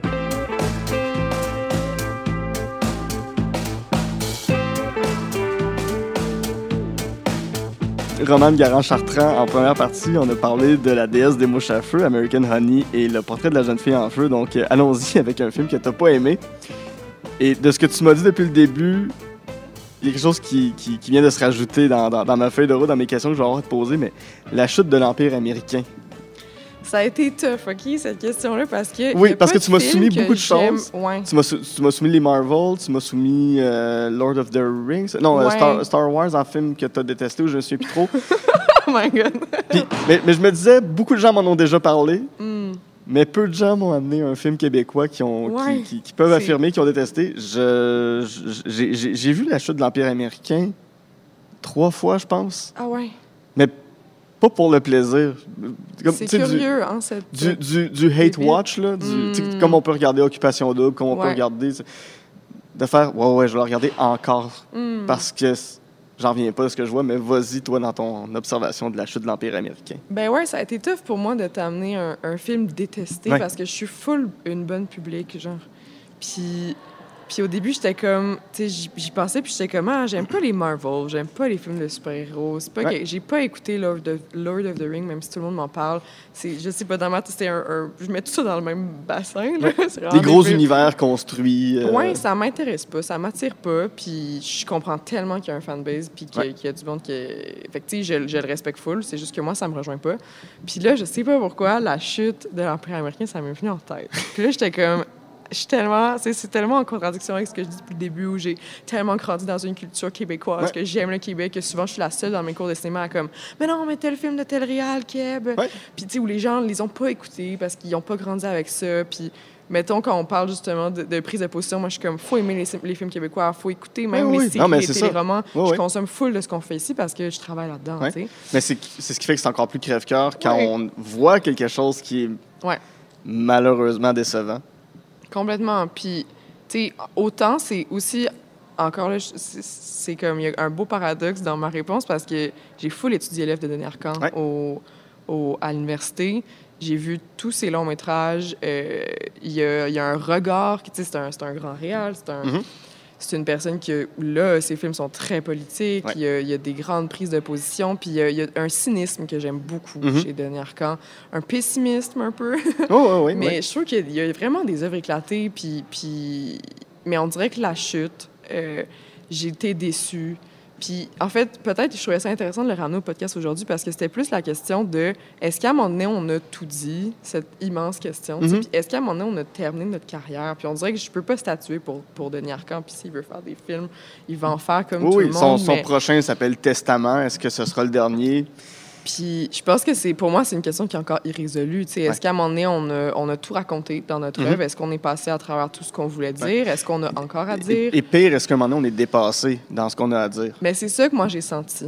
Romane Garand-Chartrand, en première partie, on a parlé de la déesse des mouches à feu, American Honey, et le portrait de la jeune fille en feu. Donc, allons-y avec un film que t'as pas aimé. Et de ce que tu m'as dit depuis le début, y a quelque chose qui vient de se rajouter dans ma feuille de route, dans mes questions que je vais avoir à te poser, mais la chute de l'Empire américain. Ça a été tough, OK, cette question-là, parce que... Oui, parce que tu m'as soumis beaucoup de choses. Ouais. Tu m'as soumis les Marvel, tu m'as soumis Lord of the Rings. Non, ouais. Star Wars, un film que tu as détesté ou je ne me souviens plus trop. Oh my God! mais je me disais, beaucoup de gens m'en ont déjà parlé, mais peu de gens m'ont amené un film québécois qui peuvent affirmer qu'ils ont détesté. J'ai vu la chute de l'Empire américain 3 fois, je pense. Ah ouais? Mais pas pour le plaisir. C'est curieux, cette... Du hate watch, là. Comme on peut regarder Occupation Double, comme on peut regarder... De faire, ouais, je vais le regarder encore. Parce que j'en reviens pas de ce que je vois, mais vas-y, toi, dans ton observation de la chute de l'Empire américain. Ben ouais, ça a été tough pour moi de t'amener un film détesté parce que je suis full une bonne public, genre. Puis au début, j'étais comme... Tu sais, j'y pensais, puis j'étais comme, j'aime pas les Marvel, j'aime pas les films de super-héros. C'est pas que j'ai pas écouté Lord of the Rings, même si tout le monde m'en parle. Je sais pas, dans ma tête, c'était je mets tout ça dans le même bassin, là. Des gros univers construits. Ouais, ça m'intéresse pas, ça m'attire pas, puis je comprends tellement qu'il y a un fanbase, puis qu'il y a du monde qui... Fait que, tu sais, je le respecte full, c'est juste que moi, ça me rejoint pas. Puis là, je sais pas pourquoi, la chute de l'Empire américain, ça m'est venu en tête. Puis là, j'étais comme... C'est tellement en contradiction avec ce que je dis depuis le début, où j'ai tellement grandi dans une culture québécoise, que j'aime le Québec, que souvent je suis la seule dans mes cours de cinéma à comme « Mais non, mais tel film de tel réal, Québec! Ouais. » Puis tu sais, où les gens les ont pas écoutés parce qu'ils ont pas grandi avec ça. Puis mettons, quand on parle justement de prise de position, moi je suis comme « Faut aimer les films québécois, faut écouter même les séries, les téléromans. » Je consomme full de ce qu'on fait ici parce que je travaille là-dedans, tu sais. Mais c'est ce qui fait que c'est encore plus crève-cœur quand on voit quelque chose qui est malheureusement décevant. Complètement. Puis, tu sais, autant c'est aussi, encore là, c'est comme, il y a un beau paradoxe dans ma réponse parce que j'ai full étudié l'œuvre de Denis Arcand à l'université. J'ai vu tous ses longs métrages. Il y a un regard, tu sais, c'est un grand réal, c'est une personne que, là, ses films sont très politiques, il y a des grandes prises de position, puis il y a un cynisme que j'aime beaucoup chez Denis Arcand, un pessimisme un peu. Mais je trouve qu'il y a vraiment des œuvres éclatées, mais on dirait que la chute, j'ai été déçue. Puis, en fait, peut-être je trouvais ça intéressant de le ramener au podcast aujourd'hui parce que c'était plus la question de est-ce qu'à un moment donné, on a tout dit, cette immense question, puis est-ce qu'à un moment donné, on a terminé notre carrière? Puis on dirait que je peux pas statuer pour Denis Arcand, puis s'il veut faire des films, il va en faire comme tout le monde. Son prochain s'appelle Testament. Est-ce que ce sera le dernier? Puis je pense que pour moi, c'est une question qui est encore irrésolue. Est-ce qu'à un moment donné, on a tout raconté dans notre œuvre? Est-ce qu'on est passé à travers tout ce qu'on voulait dire? Est-ce qu'on a encore à dire? Et pire, est-ce qu'à un moment donné, on est dépassé dans ce qu'on a à dire? Mais c'est ça que moi, j'ai senti.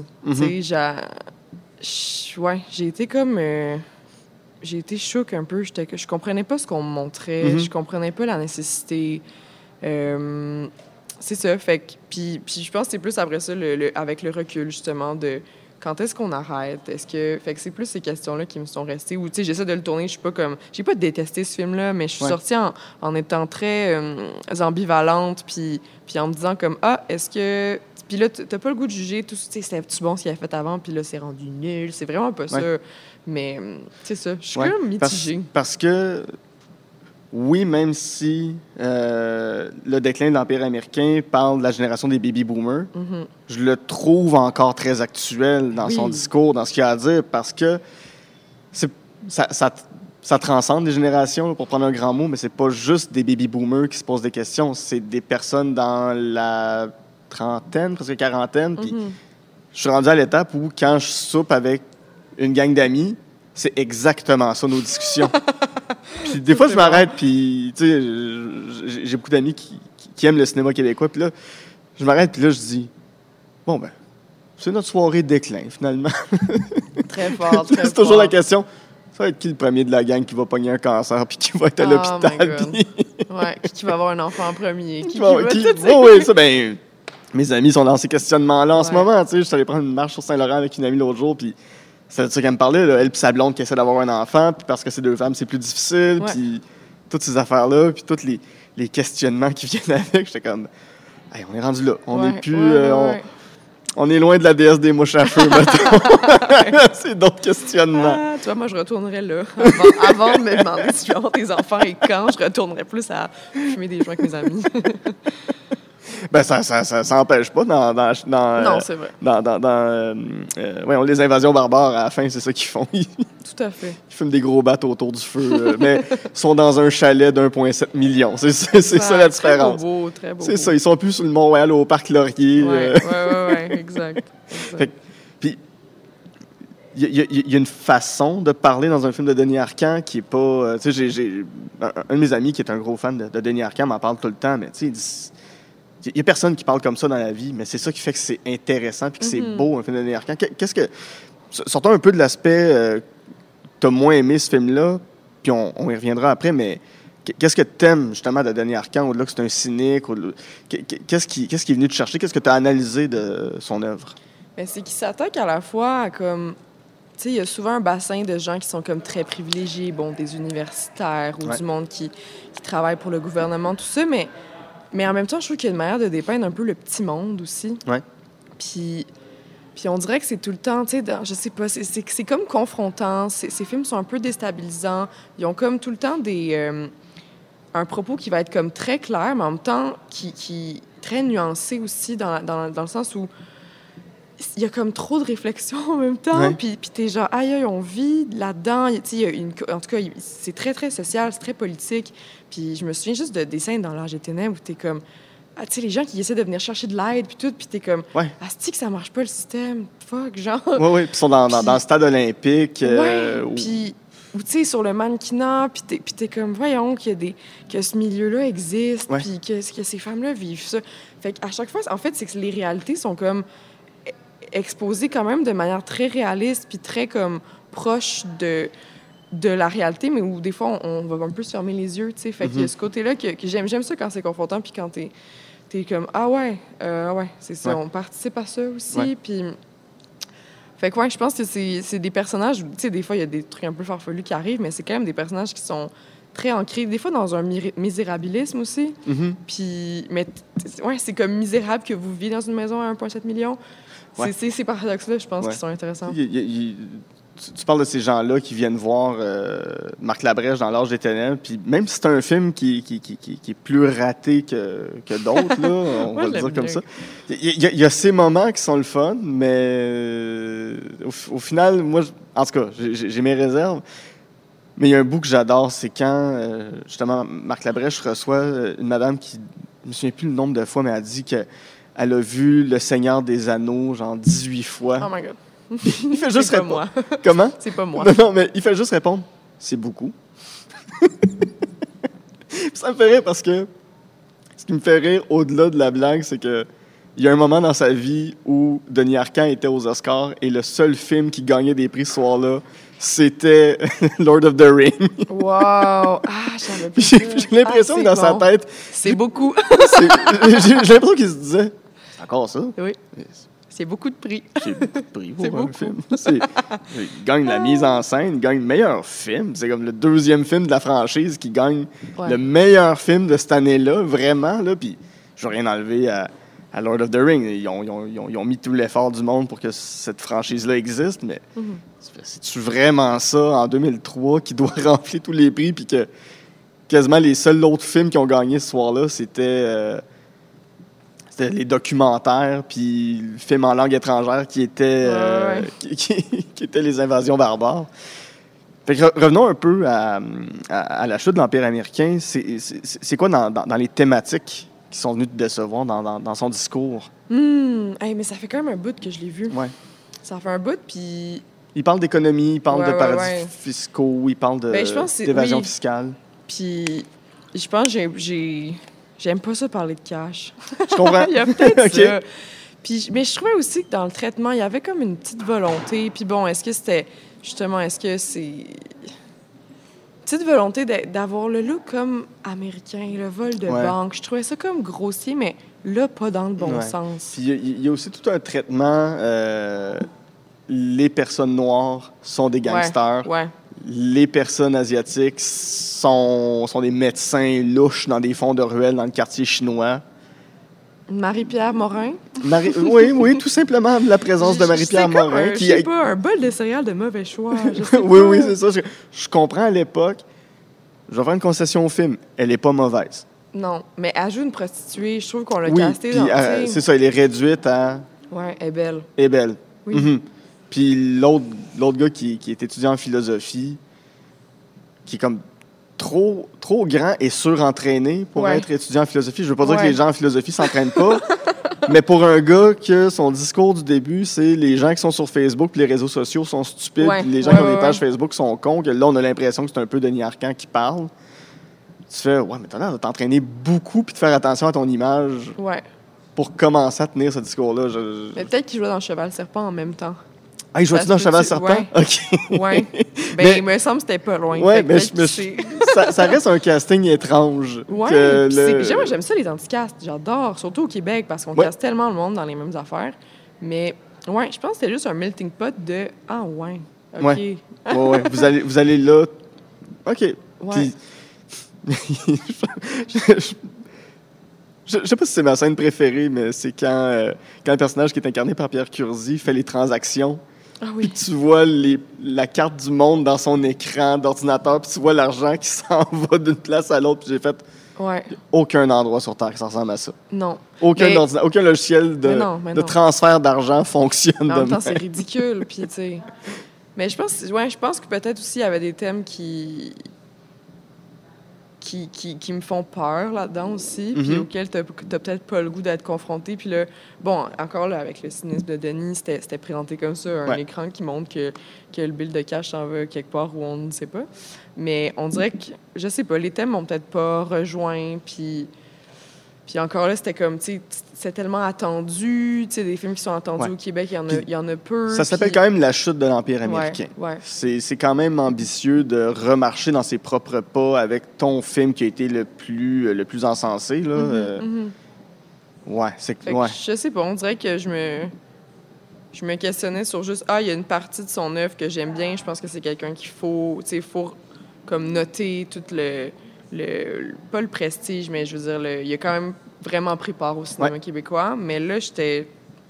J'ai été comme... j'ai été choquée un peu. Je comprenais pas ce qu'on me montrait. Je comprenais pas la nécessité. C'est ça. Fait que... Puis je pense que c'est plus après ça, avec le recul, justement, de... Quand est-ce qu'on arrête? Fait que c'est plus ces questions-là qui me sont restées. Ou, tu sais, j'essaie de le tourner, je suis pas comme... J'ai pas détesté ce film-là, mais je suis sortie en étant très ambivalente, puis en me disant comme, est-ce que... Puis là, t'as pas le goût de juger tout, tu sais, c'était-tu bon ce qu'il avait fait avant, puis là, c'est rendu nul. C'est vraiment pas ça. Mais, c'est ça. Je suis comme mitigée. Parce que... Oui, même si le déclin de l'Empire américain parle de la génération des baby-boomers, je le trouve encore très actuel dans son discours, dans ce qu'il a à dire, parce que ça transcende les générations, pour prendre un grand mot, mais c'est pas juste des baby-boomers qui se posent des questions, c'est des personnes dans la trentaine, presque quarantaine, puis je suis rendu à l'étape où, quand je soupe avec une gang d'amis, c'est exactement ça, nos discussions. Puis des fois, je m'arrête, puis tu sais, j'ai beaucoup d'amis qui aiment le cinéma québécois, puis là, je m'arrête, puis là, je dis, bon, ben, c'est notre soirée de déclin, finalement. Très fort, très C'est toujours la question, ça va être qui le premier de la gang qui va pogner un cancer, puis qui va être à l'hôpital, puis... qui va avoir un enfant en premier, Oui, ça, ben, mes amis sont dans ces questionnements-là en ce moment, tu sais, je suis allé prendre une marche sur Saint-Laurent avec une amie l'autre jour, puis... C'est ça qu'elle me parlait, là. Elle et sa blonde qui essaie d'avoir un enfant, puis parce que c'est 2 femmes, c'est plus difficile, puis toutes ces affaires-là, puis tous les questionnements qui viennent avec. J'étais comme, hey, on est rendu là. On est plus... On est loin de la déesse des mouches à feu, mettons. C'est d'autres questionnements. Tu vois, moi, je retournerais là. Avant de me demander si je vais avoir des enfants et quand, je retournerais plus à fumer des joints avec mes amis. Ben, ça n'empêche pas non, c'est vrai. Les invasions barbares, à la fin, c'est ça qu'ils font. Tout à fait. Ils fument des gros bateaux autour du feu, mais ils sont dans un chalet d'1,7 million. C'est ça la différence. Très beau. C'est ça, ils sont plus sur le Mont-Royal au Parc Laurier. Ouais, exact. Puis, il y a une façon de parler dans un film de Denis Arcand qui est pas... tu sais, j'ai un de mes amis qui est un gros fan de Denis Arcand m'en parle tout le temps, mais tu sais, il n'y a personne qui parle comme ça dans la vie, mais c'est ça qui fait que c'est intéressant puis que c'est beau, un film de Denis Arcand. Sortons un peu de l'aspect... tu as moins aimé ce film-là, puis on y reviendra après, mais qu'est-ce que tu aimes justement de Denis Arcand, au-delà que c'est un cynique? Qu'est-ce qui est venu te chercher? Qu'est-ce que tu as analysé de son œuvre? Ben, c'est qu'il s'attaque à la fois à comme... Tu sais, il y a souvent un bassin de gens qui sont comme très privilégiés, des universitaires ou du monde qui travaille pour le gouvernement, tout ça, mais en même temps, je trouve qu'il y a une manière de dépeindre un peu le petit monde aussi. Ouais. Puis on dirait que c'est tout le temps, tu sais, je sais pas, c'est comme confrontant. Ces films sont un peu déstabilisants. Ils ont comme tout le temps un propos qui va être comme très clair, mais en même temps qui très nuancé aussi dans le sens où il y a comme trop de réflexion en même temps. Ouais. Puis t'es genre, aïe, on vit là-dedans. En tout cas, c'est très, très social, c'est très politique. Puis je me souviens juste des scènes dans l'Âge des ténèbres où t'es comme... tu sais, les gens qui essaient de venir chercher de l'aide, puis tout, puis t'es comme... Asti que ça marche pas, le système. Fuck, genre... Oui, puis ils sont dans le stade olympique. Puis... Ou tu sais, sur le mannequinat, puis t'es comme, voyons que ce milieu-là existe, puis que ces femmes-là vivent ça. Fait qu'à chaque fois, en fait, c'est que les réalités sont comme exposées quand même de manière très réaliste, puis très comme proche de la réalité, mais où des fois, on va un peu se fermer les yeux, tu sais. Fait qu'il y a ce côté-là que j'aime ça quand c'est confrontant, puis quand t'es comme, c'est ça, on participe à ça aussi, puis... Fait que je pense que c'est des personnages, tu sais, des fois, il y a des trucs un peu farfelus qui arrivent, mais c'est quand même des personnages qui sont très ancrés, des fois dans un misérabilisme aussi. Puis, mais c'est comme misérable que vous vivez dans une maison à 1,7 million. C'est ces paradoxes-là, je pense, qui sont intéressants. Tu parles de ces gens-là qui viennent voir Marc Labrèche dans l'Âge des ténèbres, puis même si c'est un film qui est plus raté que d'autres, là, on va le dire comme ça, il y a ces moments qui sont le fun, mais au final, moi, en tout cas, j'ai mes réserves, mais il y a un bout que j'adore, c'est quand, justement, Marc Labrèche reçoit une madame qui, je me souviens plus le nombre de fois, mais elle a dit qu'elle a vu Le Seigneur des Anneaux, genre 18 fois. Oh my God. Il fait juste répondre. Moi. Comment? C'est pas moi. Non, mais il fait juste répondre. C'est beaucoup. Ça me fait rire parce que ce qui me fait rire au-delà de la blague, c'est que il y a un moment dans sa vie où Denis Arcand était aux Oscars et le seul film qui gagnait des prix ce soir-là, c'était Lord of the Rings. Wow! Ah, j'avais pas ça. J'ai l'impression que dans sa tête... C'est beaucoup. J'ai l'impression qu'il se disait, c'est encore ça? Oui. C'est beaucoup de prix. C'est beaucoup de prix pour un film. Il gagne la mise en scène, il gagne le meilleur film. C'est comme le deuxième film de la franchise qui gagne le meilleur film de cette année-là, vraiment. Là. Puis je veux rien enlever à Lord of the Rings. Ils ont mis tout l'effort du monde pour que cette franchise-là existe, mais c'est-tu vraiment ça, en 2003, qui doit remplir tous les prix, puis que quasiment les seuls autres films qui ont gagné ce soir-là, c'était les documentaires, puis le film en langue étrangère qui était, qui était Les Invasions barbares. Fait que revenons un peu à la chute de l'Empire américain. C'est quoi dans les thématiques qui sont venues te décevoir dans son discours? Mais ça fait quand même un bout que je l'ai vu. Ouais. Ça fait un bout, puis... Il parle d'économie, il parle de paradis fiscaux, il parle d'évasion fiscale. Puis je pense que j'aime pas ça parler de cash. Je comprends. Il y a peut-être ça. Puis, mais je trouvais aussi que dans le traitement, il y avait comme une petite volonté. Puis bon, est-ce que c'est... Petite volonté d'avoir le look comme américain, le vol de banque. Je trouvais ça comme grossier, mais là, pas dans le bon sens. Puis il y a aussi tout un traitement... les personnes noires sont des gangsters. Ouais. Les personnes asiatiques sont des médecins louches dans des fonds de ruelles dans le quartier chinois. Marie-Pierre Morin. Oui, tout simplement la présence de Marie-Pierre Morin. Je sais pas, un bol de céréales de mauvais choix. Oui, c'est ça. Je comprends à l'époque. Je vais faire une concession au film. Elle est pas mauvaise. Non, mais elle joue une prostituée. Je trouve qu'on l'a castée dans... c'est ça, elle est réduite à... Ouais, elle est belle. Elle est belle. Oui. Mm-hmm. Puis l'autre gars qui est étudiant en philosophie, qui est comme trop grand et surentraîné pour être étudiant en philosophie. Je veux pas dire que les gens en philosophie s'entraînent pas, mais pour un gars que son discours du début, c'est les gens qui sont sur Facebook puis les réseaux sociaux sont stupides, puis les gens qui ont des pages Facebook sont cons, que là, on a l'impression que c'est un peu Denis Arcand qui parle. Tu fais, ouais, mais t'as l'air de t'entraîner beaucoup puis de faire attention à ton image pour commencer à tenir ce discours-là. Mais peut-être qu'il jouait dans Cheval Serpent en même temps. Ah, il jouait-tu dans Cheval Serpent? Ouais. OK. Ouais. Mais il me semble que c'était pas loin. Ouais, mais ça reste un casting étrange. Ouais. J'aime ça, les anticasts. J'adore, surtout au Québec, parce qu'on casse tellement le monde dans les mêmes affaires. Mais, ouais, je pense que c'était juste un melting pot de « Ah, ouais. OK. » Ouais. Vous allez là. OK. Ouais. Puis, je sais pas si c'est ma scène préférée, mais c'est quand le personnage qui est incarné par Pierre Curzi fait les transactions. Ah oui. Puis tu vois la carte du monde dans son écran d'ordinateur, puis tu vois l'argent qui s'en va d'une place à l'autre. Puis j'ai fait aucun endroit sur Terre qui s'en ressemble à ça. Non. Aucun logiciel de transfert d'argent fonctionne de même. En même temps, c'est ridicule. Puis, tu sais. Mais je pense que peut-être aussi il y avait des thèmes qui me font peur là-dedans aussi, puis auxquels t'as peut-être pas le goût d'être confronté. Puis là, bon, encore là, avec le cynisme de Denis, c'était présenté comme ça, un écran qui montre que le bill de cash s'en va quelque part où on ne sait pas. Mais on dirait que, je sais pas, les thèmes m'ont peut-être pas rejoint, puis encore là, c'était comme, tu sais, c'est tellement attendu, tu sais, des films qui sont attendus au Québec, il y en a peu. Ça s'appelle quand même La chute de l'Empire américain. Ouais. C'est quand même ambitieux de remarcher dans ses propres pas avec ton film qui a été le plus encensé, là. Ouais, je sais pas, on dirait que je me questionnais sur juste, il y a une partie de son œuvre que j'aime bien, je pense que c'est quelqu'un qu'il faut, tu sais, comme noter tout pas le prestige, mais je veux dire, il a quand même vraiment pris part au cinéma québécois. Mais là, j'étais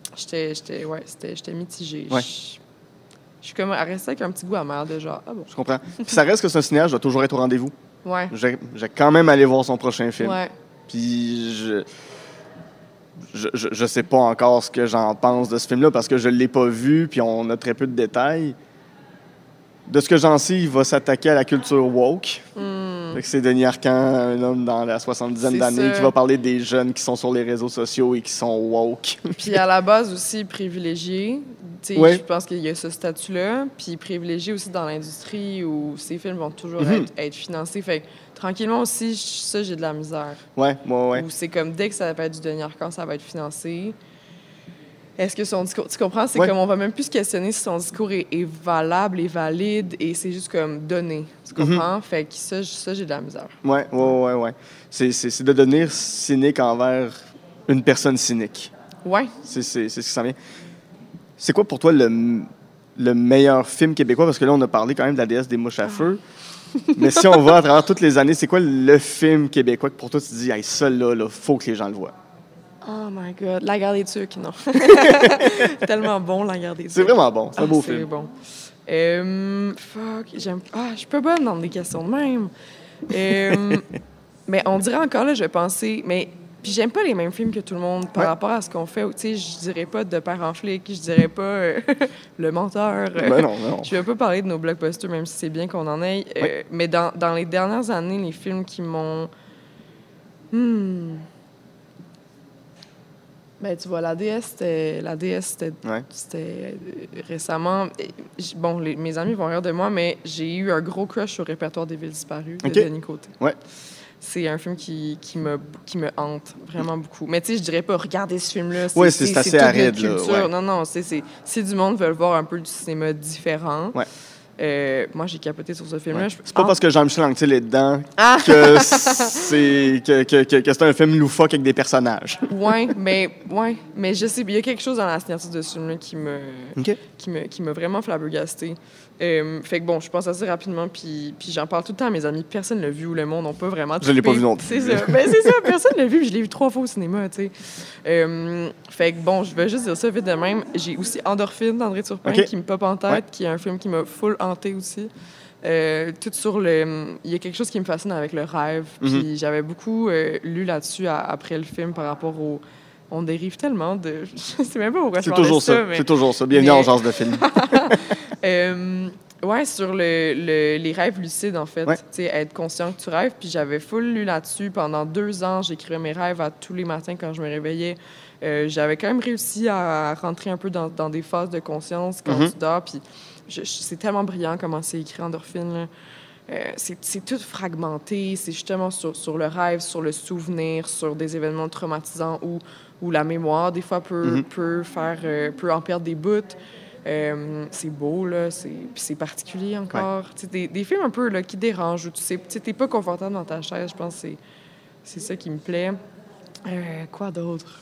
mitigée. Ouais. Je suis comme restée avec un petit goût amer de genre, ah bon. Je comprends. Puis ça reste que c'est un cinéaste, doit toujours être au rendez-vous. Ouais. J'ai quand même allé voir son prochain film. Ouais. Puis je sais pas encore ce que j'en pense de ce film-là parce que je l'ai pas vu, puis on a très peu de détails. De ce que j'en sais, il va s'attaquer à la culture woke. C'est Denis Arcand, un homme dans la 70aine d'années, qui va parler des jeunes qui sont sur les réseaux sociaux et qui sont woke. Puis à la base aussi privilégié. Je pense qu'il y a ce statut-là. Puis privilégié aussi dans l'industrie où ces films vont toujours être financés. Fait que tranquillement aussi, ça, j'ai de la misère. Ouais. Où c'est comme dès que ça va être du Denis Arcand, ça va être financé. Est-ce que son discours... Tu comprends? C'est comme on va même plus se questionner si son discours est valable, est valide, et c'est juste comme donné. Tu comprends? Fait que ça, j'ai de la misère. Ouais. C'est de devenir cynique envers une personne cynique. Ouais. C'est ce qui s'en vient. C'est quoi pour toi le meilleur film québécois? Parce que là, on a parlé quand même de La déesse des mouches à feu. Mais si on va à travers toutes les années, c'est quoi le film québécois que pour toi, tu te dis, hey, ça, là, faut que les gens le voient? Oh my God. La guerre des Tucs, non. Tellement bon, La guerre des Tucs. C'est vraiment bon. C'est un beau film. C'est bon. Je suis pas bonne dans des questions de même. Mais on dirait encore, là, je vais penser... Mais puis j'aime pas les mêmes films que tout le monde par rapport à ce qu'on fait. Tu sais, je dirais pas De père en flic, je dirais pas Le menteur. Ben non. Je vais pas parler de nos blockbusters, même si c'est bien qu'on en ait. Mais dans les dernières années, les films qui m'ont... Ben, tu vois, la DS, c'était récemment... Bon, mes amis vont rire de moi, mais j'ai eu un gros crush sur le répertoire des villes disparues de Denis Côté. Ouais. C'est un film qui me hante vraiment beaucoup. Mais tu sais, je dirais pas, regardez ce film-là. Oui, c'est assez aride, là. Ouais. Non, si du monde veut voir un peu du cinéma différent... Ouais. Moi, j'ai capoté sur ce film-là. Ouais. C'est pas parce que Jean-Michel Anctil est dedans que c'est un film loufoque avec des personnages. mais je sais, il y a quelque chose dans la signature de ce film-là qui m'a vraiment flabbergasté. Fait que bon, je pense assez rapidement, puis j'en parle tout le temps à mes amis. Personne l'a vu ou le monde n'a pas vraiment trippé. Je l'ai pas vu non plus. C'est ça. C'est ça, personne l'a vu, puis je l'ai vu 3 fois au cinéma, tu sais. Fait que bon, je vais juste dire ça vite de même. J'ai aussi Endorphine d'André Turpin qui me pop en tête, qui est un film qui m'a full hanté aussi. tout sur le... Il y a quelque chose qui me fascine avec le rêve. Puis j'avais beaucoup lu là-dessus après le film par rapport au... On dérive tellement de... Je sais même pas pourquoi je parlais ça. C'est toujours ça. Bienvenue en genre de film. Ouais, sur les rêves lucides, en fait. Tu sais, être conscient que tu rêves. Puis j'avais full lu là-dessus. Pendant 2 ans, j'écrivais mes rêves à tous les matins quand je me réveillais. J'avais quand même réussi à rentrer un peu dans des phases de conscience quand tu dors. Puis c'est tellement brillant comment c'est écrit Endorphine, là. C'est tout fragmenté. C'est justement sur le rêve, sur le souvenir, sur des événements traumatisants où la mémoire, des fois, peut en perdre des bouts. C'est beau, là. Puis c'est particulier encore. Ouais. Des films un peu là, qui dérangent, où tu sais, t'es pas confortable dans ta chaise. Je pense que c'est ça qui me plaît. Quoi d'autre?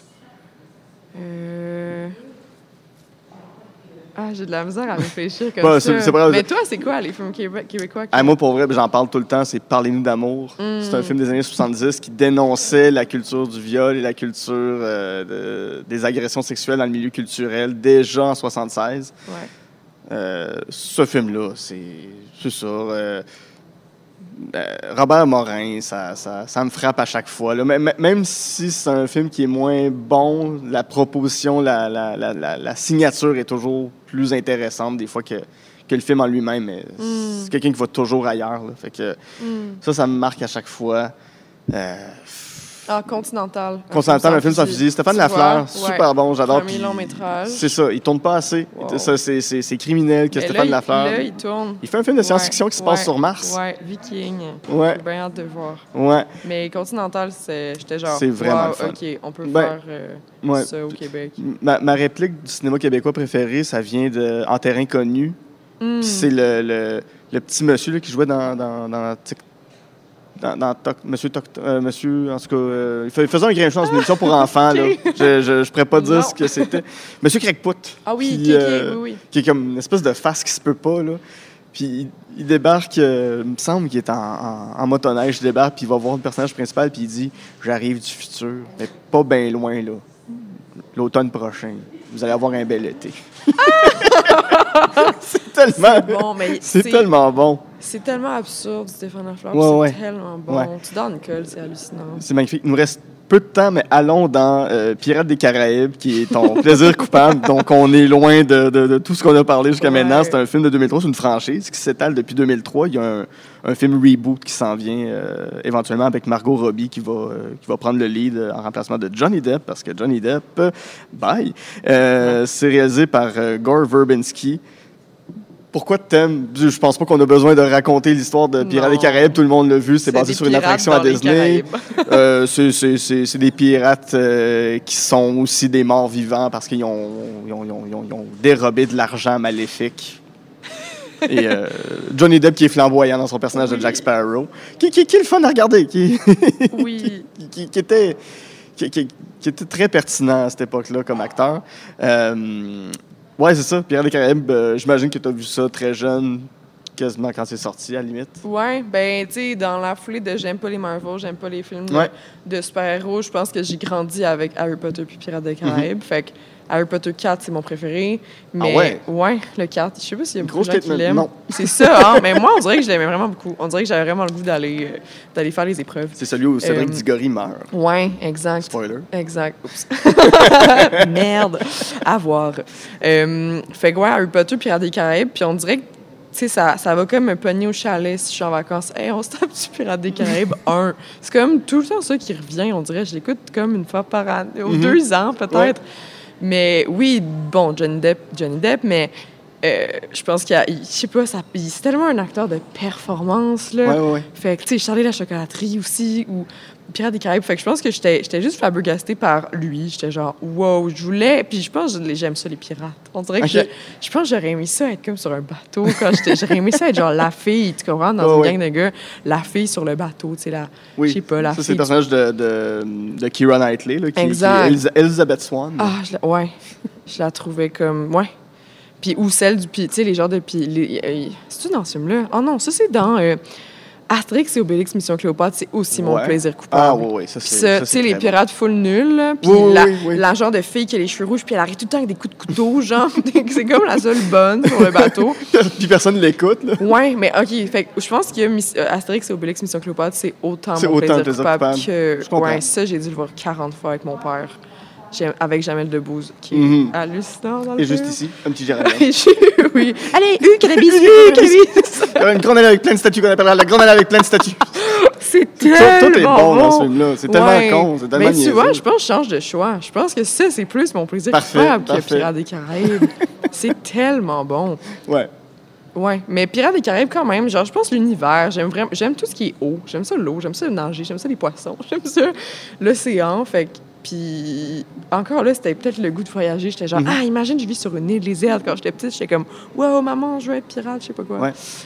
J'ai de la misère à réfléchir comme ça. Mais toi, c'est quoi les films québécois? Moi, pour vrai, j'en parle tout le temps, c'est Parlez-nous d'amour. C'est un film des années 70 qui dénonçait la culture du viol et la culture des agressions sexuelles dans le milieu culturel, déjà en 76. Ouais. Ce film-là, c'est ça. Robert Morin, ça me frappe à chaque fois. Là. Même si c'est un film qui est moins bon, la proposition, la signature est toujours plus intéressante des fois que le film en lui-même. C'est quelqu'un qui va toujours ailleurs. Là. Fait que ça me marque à chaque fois. Continental. Continental, un film sans fusil. Stéphane Lafleur, super bon, j'adore. Premier long métrage. C'est ça, il tourne pas assez. Wow. Ça, c'est criminel que Stéphane Lafleur. Là, il tourne. Il fait un film de science-fiction qui se passe sur Mars. Ouais, Viking. Ouais. J'ai bien hâte de voir. Ouais. Mais Continental, j'étais genre. C'est vraiment fun. OK, on peut faire ça au Québec. Ma réplique du cinéma québécois préféré, ça vient de En terrain connu. Puis c'est le petit monsieur là, qui jouait dans Monsieur, en tout cas, il faisait un grinchon dans une émission pour enfants. Là. Je pourrais pas dire ce que c'était. Monsieur Craigpout. Ah oui, oui. Qui est comme une espèce de face qui se peut pas. Là. Puis il débarque, il me semble qu'il est en motoneige, il débarque, puis il va voir le personnage principal, puis il dit « J'arrive du futur, mais pas bien loin, là. L'automne prochain. Vous allez avoir un bel été. » C'est tellement bon. C'est tellement absurde, Stéphane Lafleur. C'est tellement bon. Ouais. Tu dors, Nicole, c'est hallucinant. C'est magnifique. Il nous reste peu de temps, mais allons dans Pirates des Caraïbes, qui est ton plaisir coupable. Donc, on est loin de tout ce qu'on a parlé jusqu'à maintenant. C'est un film de 2003, c'est une franchise qui s'étale depuis 2003. Il y a un film reboot qui s'en vient éventuellement avec Margot Robbie qui va prendre le lead en remplacement de Johnny Depp, parce que Johnny Depp, bye. C'est réalisé par Gore Verbinski. Pourquoi t'aimes? Je pense pas qu'on a besoin de raconter l'histoire de Pirates des Caraïbes. Tout le monde l'a vu. C'est basé sur une attraction à Disney. C'est des pirates qui sont aussi des morts vivants parce qu'ils ont dérobé de l'argent maléfique. Et Johnny Depp qui est flamboyant dans son personnage de Jack Sparrow, qui est le fun à regarder, qui était très pertinent à cette époque-là comme acteur. Ouais, c'est ça. Pirates des Caraïbes, j'imagine que tu as vu ça très jeune, quasiment quand c'est sorti, à la limite. Ouais, ben, tu sais, dans la foulée de j'aime pas les Marvel, j'aime pas les films de super-héros, je pense que j'ai grandi avec Harry Potter puis Pirates des Caraïbes. Fait que Harry Potter 4, c'est mon préféré. Mais, ouais, le 4. Je sais pas s'il y a beaucoup de gens qui l'aiment. Non. C'est ça, hein? Mais moi, on dirait que je l'aimais vraiment beaucoup. On dirait que j'avais vraiment le goût d'aller faire les épreuves. C'est celui où Cédric Diggory meurt. Ouais, exact. Spoiler. Exact. Oups. Merde. À voir. Fait que, ouais, Harry Potter, Pirates des Caraïbes, puis on dirait que, tu sais, ça va comme me pogner au chalet si je suis en vacances. Hey, on se tape du Pirates des Caraïbes 1. C'est comme tout le temps ça qui revient, on dirait. Je l'écoute comme une fois par an, ou 2 ans, peut-être. Ouais. Mais oui, bon, Johnny Depp, mais je pense qu'il y a, je sais pas, c'est tellement un acteur de performance, là. Ouais. Fait que, tu sais, Charlie la chocolaterie aussi, ou Pirates des Caraïbes. Fait que je pense que j'étais juste flabbergastée par lui. J'étais genre, wow, je voulais. Puis je pense que j'aime ça, les pirates. On dirait que je pense que j'aurais aimé ça être comme sur un bateau. J'aurais aimé ça être genre la fille, tu comprends, dans une gang de gars, la fille sur le bateau, tu sais, je sais pas, la fille. Ça, c'est le personnage de Keira Knightley, là, qui est Elizabeth Swann. Ah, je la trouvais comme, ouais. Puis, ou celle du, tu sais, les genres de, c'est-tu dans ce film-là? Oh non, ça, c'est dans Astérix et Obélix Mission Cléopâtre, c'est aussi mon plaisir coupable. Ah oui, ça c'est tu sais, les pirates full nuls, puis la genre de fille qui a les cheveux rouges, puis elle arrive tout le temps avec des coups de couteau, genre. C'est comme la seule bonne sur le bateau. Puis personne ne l'écoute, là. Ouais, mais OK, fait je pense que Astérix et Obélix Mission Cléopâtre, c'est autant mon plaisir coupable que... Ouais, ça, j'ai dû le voir 40 fois avec mon père. Avec Jamel Debbouze, qui est hallucinant dans le Et juste ici, un petit Jérémie. Oui. Allez, cannabis, cannabis! Une grande allée avec plein de statues qu'on appellera la grande allée avec plein de statues. C'est tellement Tout est bon dans ce film-là. C'est tellement con, c'est tellement niaiseux. Mais tu vois, je pense que je change de choix. Je pense que ça, c'est plus mon plaisir coupable que Pirates des Caraïbes. C'est tellement bon. Ouais. Ouais, mais Pirates des Caraïbes, quand même, genre, je pense l'univers. J'aime tout ce qui est eau. J'aime ça l'eau, j'aime ça nager, j'aime ça les poissons, j'aime ça l'océan. Fait que puis encore là, c'était peut-être le goût de voyager. J'étais genre, imagine, je vis sur une île déserte. Quand j'étais petite, j'étais comme, wow, maman, je veux être pirate, je sais pas quoi.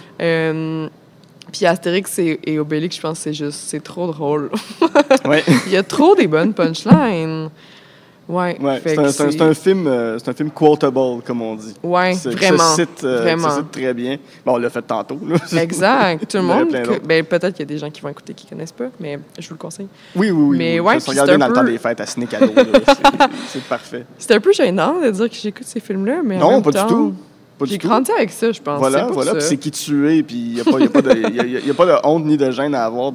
Ouais. Puis Astérix et Obélix, je pense que c'est trop drôle. Ouais. Il y a trop des bonnes punchlines. Ouais. C'est un film quotable, comme on dit. Ouais, vraiment. Ça cite très bien. Bon, on l'a fait tantôt. Là. Exact. Tout le monde. Peut-être qu'il y a des gens qui vont écouter qui ne connaissent pas, mais je vous le conseille. Oui. Mais ouais, ça se regarder dans le temps des fêtes à Ciné Cadeau. C'est parfait. C'est un peu gênant de dire que j'écoute ces films-là, mais non, en même pas temps, du tout. J'ai grandi avec ça, je pense. Voilà. Puis c'est qui tu es, puis il n'y a pas de honte ni de gêne à avoir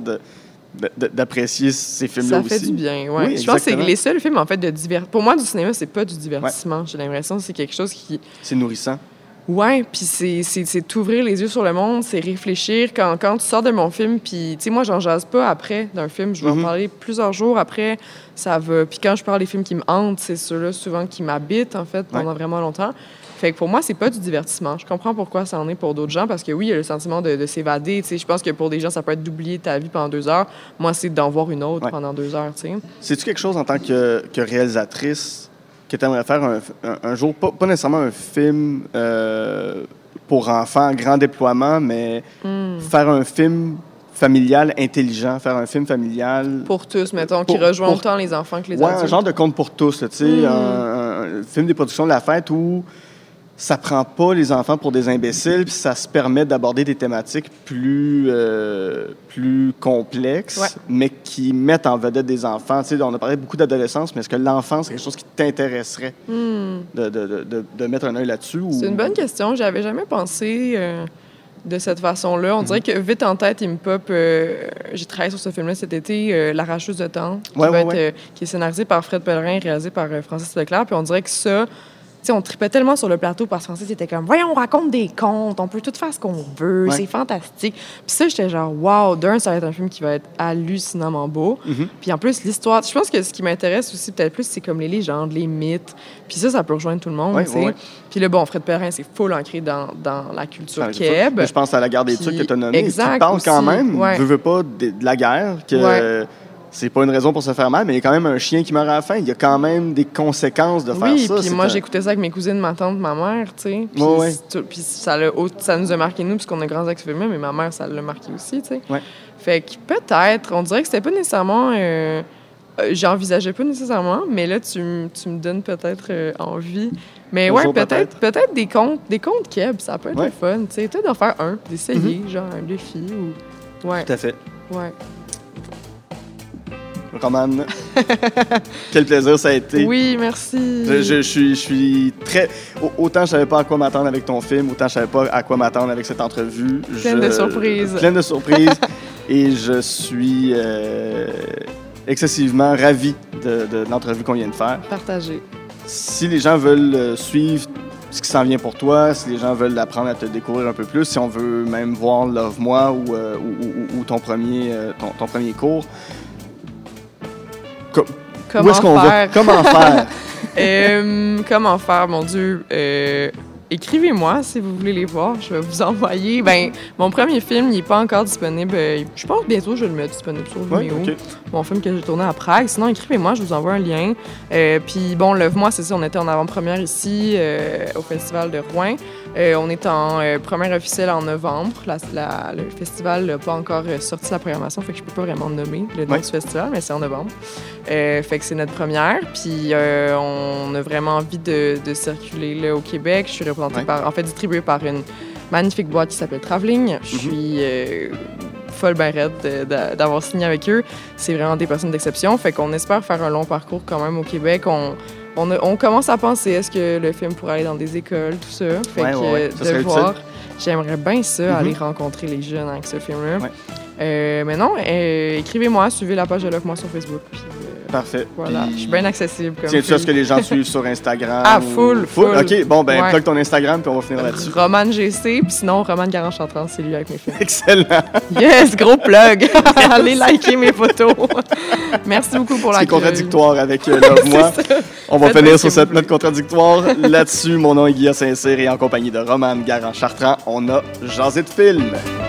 d'apprécier ces films-là aussi. Ça fait du bien, oui. Je pense que c'est les seuls films, en fait, de divertissement. Pour moi, du cinéma, c'est pas du divertissement. Ouais. J'ai l'impression que c'est quelque chose qui... C'est nourrissant. Oui, puis c'est t'ouvrir les yeux sur le monde, c'est réfléchir. Quand tu sors de mon film, puis, tu sais, moi, j'en jase pas après d'un film. Je vais en parler plusieurs jours après, ça va. Puis quand je parle des films qui me hantent, c'est ceux-là, souvent, qui m'habitent, en fait, pendant vraiment longtemps. Fait que pour moi, c'est pas du divertissement. Je comprends pourquoi ça en est pour d'autres gens, parce que oui, il y a le sentiment de s'évader. Tu sais, je pense que pour des gens, ça peut être d'oublier ta vie pendant 2 heures. Moi, c'est d'en voir une autre pendant 2 heures, tu sais. C'est-tu quelque chose en tant que réalisatrice que tu aimerais faire un jour, pas nécessairement un film pour enfants, grand déploiement, mais faire un film familial intelligent, faire un film familial... Pour tous, mettons, qui rejoint autant les enfants que les adultes. Ouais, un genre de conte pour tous, tu sais, un film des productions de la fête où ça prend pas les enfants pour des imbéciles, puis ça se permet d'aborder des thématiques plus complexes, mais qui mettent en vedette des enfants. Tu sais, on a parlé beaucoup d'adolescence, mais est-ce que l'enfance, c'est quelque chose qui t'intéresserait de mettre un œil là-dessus? C'est une bonne question. J'avais jamais pensé de cette façon-là. On dirait que vite en tête, il me pop... j'ai travaillé sur ce film-là cet été, L'Arracheuse de temps, qui est scénarisé par Fred Pellerin et réalisé par Francis Leclerc. Puis on dirait que ça... Tu sais, on tripait tellement sur le plateau parce que Francis était comme, voyons, on raconte des contes, on peut tout faire ce qu'on veut, c'est fantastique. Puis ça, j'étais genre, wow, ça va être un film qui va être hallucinamment beau. Puis en plus, l'histoire, je pense que ce qui m'intéresse aussi peut-être plus, c'est comme les légendes, les mythes. Puis ça peut rejoindre tout le monde, tu sais. Puis là, bon, Fred Perrin, c'est full ancré dans la culture keb. Je pense à La Guerre des Tucs que tu as nommé. Exact, qui parle quand même, veux pas, de la guerre, que... C'est pas une raison pour se faire mal, mais il y a quand même un chien qui meurt à la fin. Il y a quand même des conséquences de faire ça. Oui, puis moi, j'écoutais ça avec mes cousines, ma tante, ma mère, tu sais. Puis ça nous a marqué, nous, puisqu'on a grandi avec ce film-là, mais ma mère, ça l'a marqué aussi, tu sais. Ouais. Fait que peut-être, on dirait que c'était pas nécessairement... j'envisageais pas nécessairement, mais là, tu me donnes peut-être envie. Mais peut-être des contes keb, ça peut être le fun, tu sais. Peut-être d'en faire un, d'essayer, genre un défi ou... Ouais. Tout à fait. Ouais. Romane, quel plaisir ça a été. Oui, merci. Je suis très... Autant je savais pas à quoi m'attendre avec ton film, autant je savais pas à quoi m'attendre avec cette entrevue. Pleine de surprises. Pleine de surprises. Et je suis excessivement ravi de l'entrevue qu'on vient de faire. Partagé. Si les gens veulent suivre ce qui s'en vient pour toi, si les gens veulent apprendre à te découvrir un peu plus, si on veut même voir Love Moi ou ton premier cours, où est-ce qu'on va? Comment faire? Comment faire, mon Dieu? Écrivez-moi si vous voulez les voir. Je vais vous envoyer. Mon premier film, il n'est pas encore disponible. Je pense que bientôt, je vais le mettre disponible sur Vimeo. Okay. Mon film que j'ai tourné à Prague. Sinon, écrivez-moi, je vous envoie un lien. Puis, bon, Lève-moi, c'est ça, on était en avant-première ici, au Festival de Rouen. On est en première officielle en novembre. Le festival n'a pas encore sorti la programmation, fait que je peux pas vraiment nommer le nom du festival, mais c'est en novembre. Fait que c'est notre première. Puis, on a vraiment envie de circuler là, au Québec. Je suis distribuée par une magnifique boîte qui s'appelle Traveling. Je suis folle ben raide d'avoir signé avec eux. C'est vraiment des personnes d'exception. Fait qu'on espère faire un long parcours quand même au Québec. On commence à penser, est-ce que le film pourrait aller dans des écoles, tout ça. Fait que ça de voir, j'aimerais bien ça, aller rencontrer les jeunes avec ce film-là. Ouais. Mais non, écrivez-moi, suivez la page de Love Moi sur Facebook. Puis, parfait. Voilà, je suis bien accessible. Tiens-tu à ce que les gens suivent sur Instagram? Ah, full. OK, bon, ben, plug ton Instagram, puis on va finir là-dessus. Romane GC, puis sinon, Romane Garand-Chartrand, c'est lui avec mes films. Excellent. Yes, gros plug. Allez liker mes photos. Merci beaucoup pour la C'est contradictoire avec Love Moi. On va finir sur cette note contradictoire. Là-dessus, mon nom est Guillaume Saint-Cyr et en compagnie de Romane Garand-Chartrand, on a jasé de film.